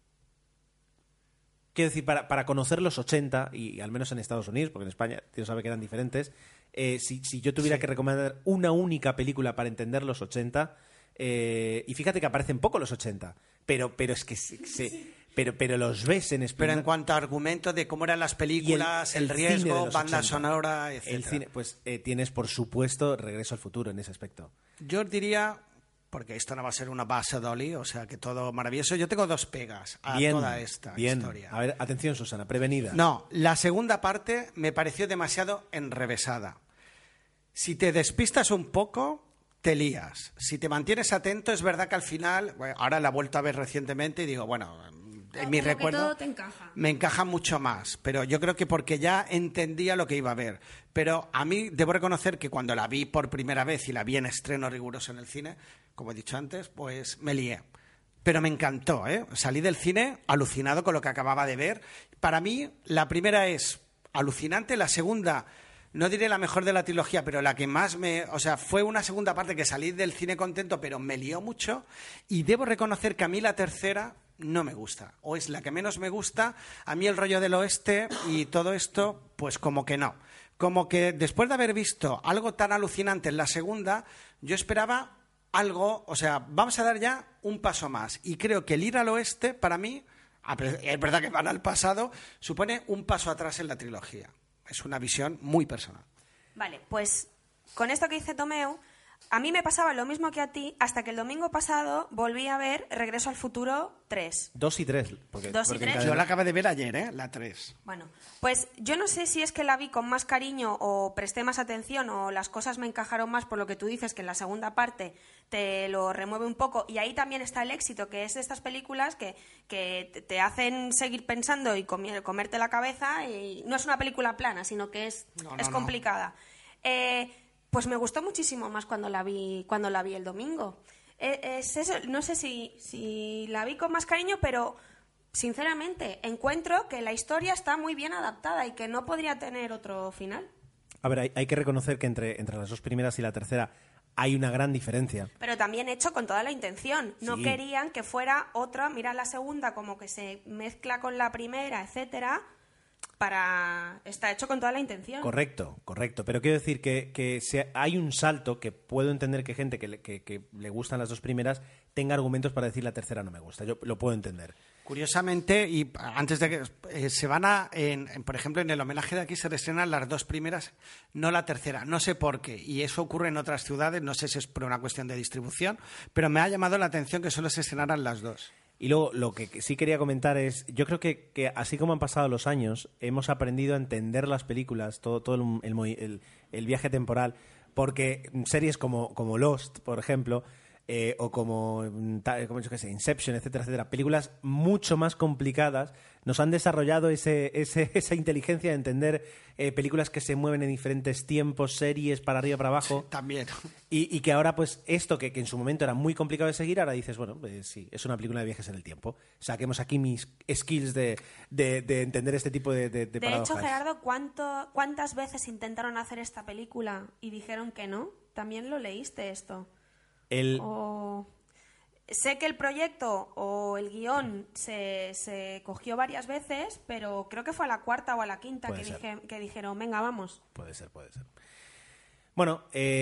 Quiero decir, para, para conocer los ochenta, y al menos en Estados Unidos, porque en España, Dios sabe que eran diferentes, eh, si, si yo tuviera sí. que recomendar una única película para entender los ochenta... Eh, y fíjate que aparecen poco los ochenta, pero, pero es que se, se, pero, pero los ves en España. Pero en cuanto a argumentos de cómo eran las películas, el, el, el riesgo, banda ochenta, sonora, etcétera. El cine, pues eh, tienes, por supuesto, Regreso al Futuro en ese aspecto. Yo diría, porque esto no va a ser una base dolly, o sea que todo maravilloso, yo tengo dos pegas a bien, toda esta bien. historia. A ver, atención, Susana, prevenida. No, la segunda parte me pareció demasiado enrevesada. Si te despistas un poco... te lías. Si te mantienes atento, es verdad que al final, bueno, ahora la he vuelto a ver recientemente y digo, bueno, en mi recuerdo todo te encaja. me encaja mucho más, pero yo creo que porque ya entendía lo que iba a ver. Pero a mí debo reconocer que cuando la vi por primera vez y la vi en estreno riguroso en el cine, como he dicho antes, pues me lié. Pero me encantó, ¿eh? Salí del cine alucinado con lo que acababa de ver. Para mí, la primera es alucinante, la segunda... No diré la mejor de la trilogía, pero la que más me... O sea, fue una segunda parte que salí del cine contento, pero me lió mucho. Y debo reconocer que a mí la tercera no me gusta. O es la que menos me gusta. A mí el rollo del oeste y todo esto, pues como que no. Como que después de haber visto algo tan alucinante en la segunda, yo esperaba algo... O sea, vamos a dar ya un paso más. Y creo que el ir al oeste, para mí, es verdad que van al pasado, supone un paso atrás en la trilogía. Es una visión muy personal. Vale, pues con esto que dice Tomeu, A mí me pasaba lo mismo que a ti, hasta que el domingo pasado volví a ver Regreso al Futuro tres. Dos y tres. Porque, Dos y porque tres. cada- Yo la acabé de ver ayer, ¿eh? La tres. Bueno, pues yo no sé si es que la vi con más cariño o presté más atención o las cosas me encajaron más por lo que tú dices, que en la segunda parte te lo remueve un poco. Y ahí también está el éxito, que es de estas películas que, que te- te hacen seguir pensando y comi- comerte la cabeza. Y no es una película plana, sino que es, No, no, es no. complicada. Eh, pues me gustó muchísimo más cuando la vi, cuando la vi el domingo. Eh, es eso, no sé si, si la vi con más cariño, pero sinceramente encuentro que la historia está muy bien adaptada y que no podría tener otro final. A ver, hay, hay que reconocer que entre, entre las dos primeras y la tercera hay una gran diferencia. Pero también hecho con toda la intención. No Sí. querían que fuera otra, mira la segunda como que se mezcla con la primera, etcétera, para... Está hecho con toda la intención. Correcto, correcto. Pero quiero decir que, que se- hay un salto que puedo entender que gente que le, que- que le gustan las dos primeras tenga argumentos para decir la tercera no me gusta. Yo lo puedo entender. Curiosamente, y antes de que eh, se van a, en, en, por ejemplo, en el homenaje de aquí se estrenan las dos primeras, no la tercera. No sé por qué. Y eso ocurre en otras ciudades, no sé si es por una cuestión de distribución, pero me ha llamado la atención que solo se estrenaran las dos. Y luego, lo que sí quería comentar es, yo creo que, que así como han pasado los años, hemos aprendido a entender las películas, todo, todo el, el movi- el- el viaje temporal, porque series como, como Lost, por ejemplo, eh, o como, mm, ta- como yo qué sé, Inception, etcétera, etcétera, películas mucho más complicadas, nos han desarrollado ese, ese- esa inteligencia de entender eh, películas que se mueven en diferentes tiempos, series para arriba, para abajo. También. Y, y que ahora, pues, esto que, que en su momento era muy complicado de seguir, ahora dices, bueno, pues sí, es una película de viajes en el tiempo. Saquemos aquí mis skills de, de- de entender este tipo de, de, de De hecho, paradojas. Gerardo, ¿cuánto, ¿cuántas veces intentaron hacer esta película y dijeron que no? ¿También lo leíste esto? El, O... Sé que el proyecto o el guión se, se cogió varias veces, pero creo que fue a la cuarta o a la quinta Puede que, ser. dije- que dijeron, venga, vamos. Puede ser, puede ser. Bueno,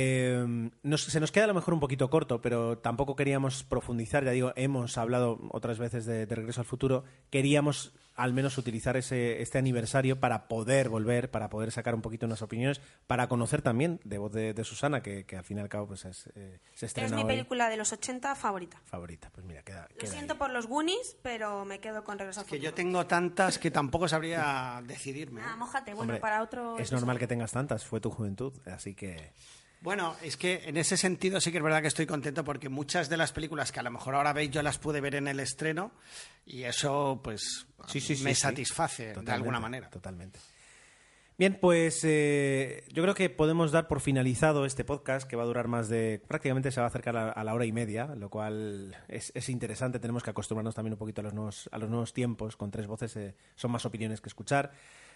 eh, nos- se nos queda a lo mejor un poquito corto, pero tampoco queríamos profundizar. Ya digo, hemos hablado otras veces de, de Regreso al Futuro. Queríamos al menos utilizar ese, este aniversario para poder volver, para poder sacar un poquito unas opiniones, para conocer también de voz de, de Susana, que, que al fin y al cabo pues es, eh, se Es estrena mi hoy. película de los ochenta favorita. Favorita. Pues mira, queda, Lo queda siento ahí. por los Goonies, pero me quedo con Regreso al Que Futuro. yo tengo tantas que tampoco sabría decidirme. ¿eh? Nada, mójate. Bueno, Hombre, para otro... es normal que tengas tantas, fue tu juventud, así que... Bueno, es que en ese sentido sí que es verdad que estoy contento porque muchas de las películas que a lo mejor ahora veis yo las pude ver en el estreno y eso pues Sí, sí, sí, me sí. satisface de Totalmente, alguna manera. Totalmente. Bien, pues eh, yo creo que podemos dar por finalizado este podcast que va a durar más de... Prácticamente se va a acercar a, a la hora y media, lo cual es, es interesante. Tenemos que acostumbrarnos también un poquito a los nuevos, a los nuevos tiempos. Con tres voces eh, son más opiniones que escuchar.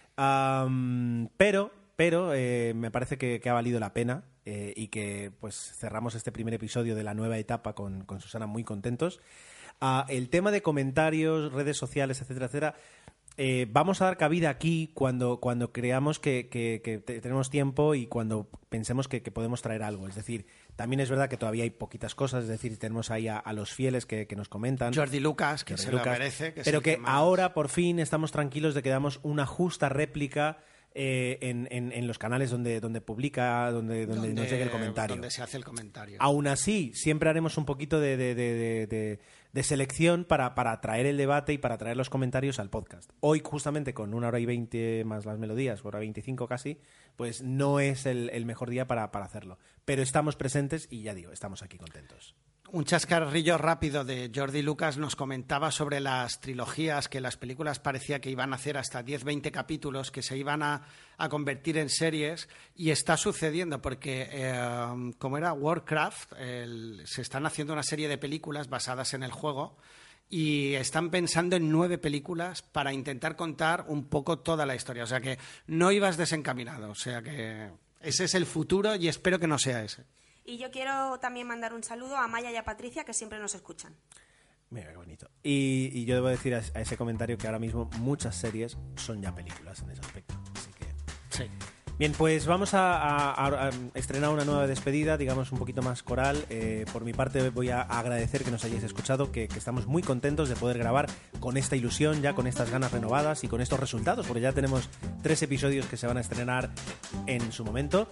Am, pero pero eh, me parece que, que ha valido la pena eh, y que pues cerramos este primer episodio de la nueva etapa con, con Susana muy contentos. Ah, el tema de comentarios, redes sociales, etcétera, etcétera, eh, vamos a dar cabida aquí cuando, cuando creamos que, que- que te- tenemos tiempo y cuando pensemos que, que podemos traer algo. Es decir, también es verdad que todavía hay poquitas cosas, es decir, tenemos ahí a, a los fieles que, que nos comentan. Jordi Lucas, que Jordi se Lucas, lo merece. Que es pero el que más- ahora por fin estamos tranquilos de que damos una justa réplica eh, en, en- en los canales donde, donde publica, donde, donde, nos llegue el comentario. Donde se hace el comentario. Aún así, siempre haremos un poquito de, de- de- de- de- de selección para, para traer el debate y para traer los comentarios al podcast. Hoy, justamente, con una hora y veinte más las melodías, hora veinticinco casi, pues no es el, el mejor día para, para hacerlo. Pero estamos presentes y ya digo, estamos aquí contentos. Un chascarrillo rápido de Jordi Lucas nos comentaba sobre las trilogías, que las películas parecía que iban a hacer hasta diez, veinte capítulos, que se iban a, a convertir en series, y está sucediendo porque, eh, como era Warcraft, el- se están haciendo una serie de películas basadas en el juego y están pensando en nueve películas para intentar contar un poco toda la historia. O sea que no ibas desencaminado, o sea que ese es el futuro y espero que no sea ese. Y yo quiero también mandar un saludo a Maya y a Patricia, que siempre nos escuchan. Mira qué bonito. Y, y yo debo decir a, a ese comentario que ahora mismo muchas series son ya películas en ese aspecto. Así que... Sí. Bien, pues vamos a, a- a estrenar una nueva despedida, digamos un poquito más coral. Eh, por mi parte voy a agradecer que nos hayáis escuchado, que, que estamos muy contentos de poder grabar con esta ilusión, ya con estas ganas renovadas y con estos resultados, porque ya tenemos tres episodios que se van a estrenar en su momento.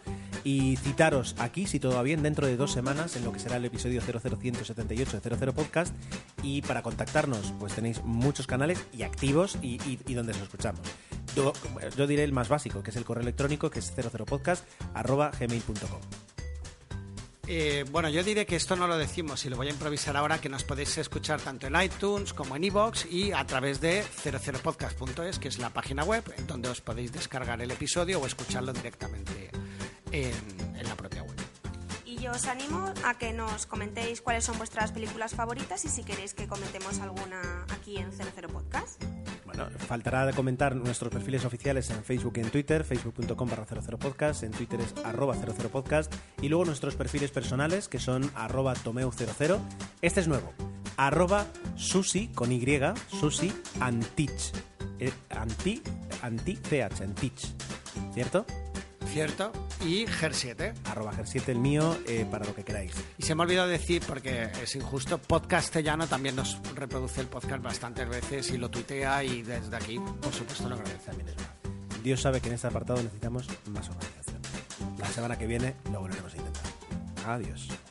Y citaros aquí, si todo va bien, dentro de dos semanas en lo que será el episodio cero cero uno setenta y ocho de cero cero Podcast. Y para contactarnos, pues tenéis muchos canales y activos y, y, y donde os escuchamos. Yo, yo diré el más básico, que es el correo electrónico, que es cero cero podcast arroba gmail punto com. Eh, bueno, yo diré que esto no lo decimos y lo voy a improvisar ahora, que nos podéis escuchar tanto en iTunes como en iVoox y a través de cero cero podcast punto es, que es la página web en donde os podéis descargar el episodio o escucharlo directamente en, en la propia web. Y yo os animo a que nos comentéis cuáles son vuestras películas favoritas y si queréis que comentemos alguna aquí en cero cero Podcast. Bueno, faltará de comentar nuestros perfiles oficiales en Facebook y en Twitter, facebook punto com barra cero cero podcast, en Twitter es arroba cero cero podcast, y luego nuestros perfiles personales, que son arroba tomeu cero cero, este es nuevo, arroba susi, con Y, susi, antich, eh, anti, anti, ch, antich, ¿cierto? ¿Cierto? Y Ger siete. Arroba Ger siete el mío, eh, para lo que queráis. Y se me ha olvidado decir, porque es injusto, Podcastellano también nos reproduce el podcast bastantes veces y lo tuitea, y desde aquí, por supuesto, lo agradece. También es verdad. Dios sabe que en este apartado necesitamos más organización. La semana que viene lo volveremos a intentar. Adiós.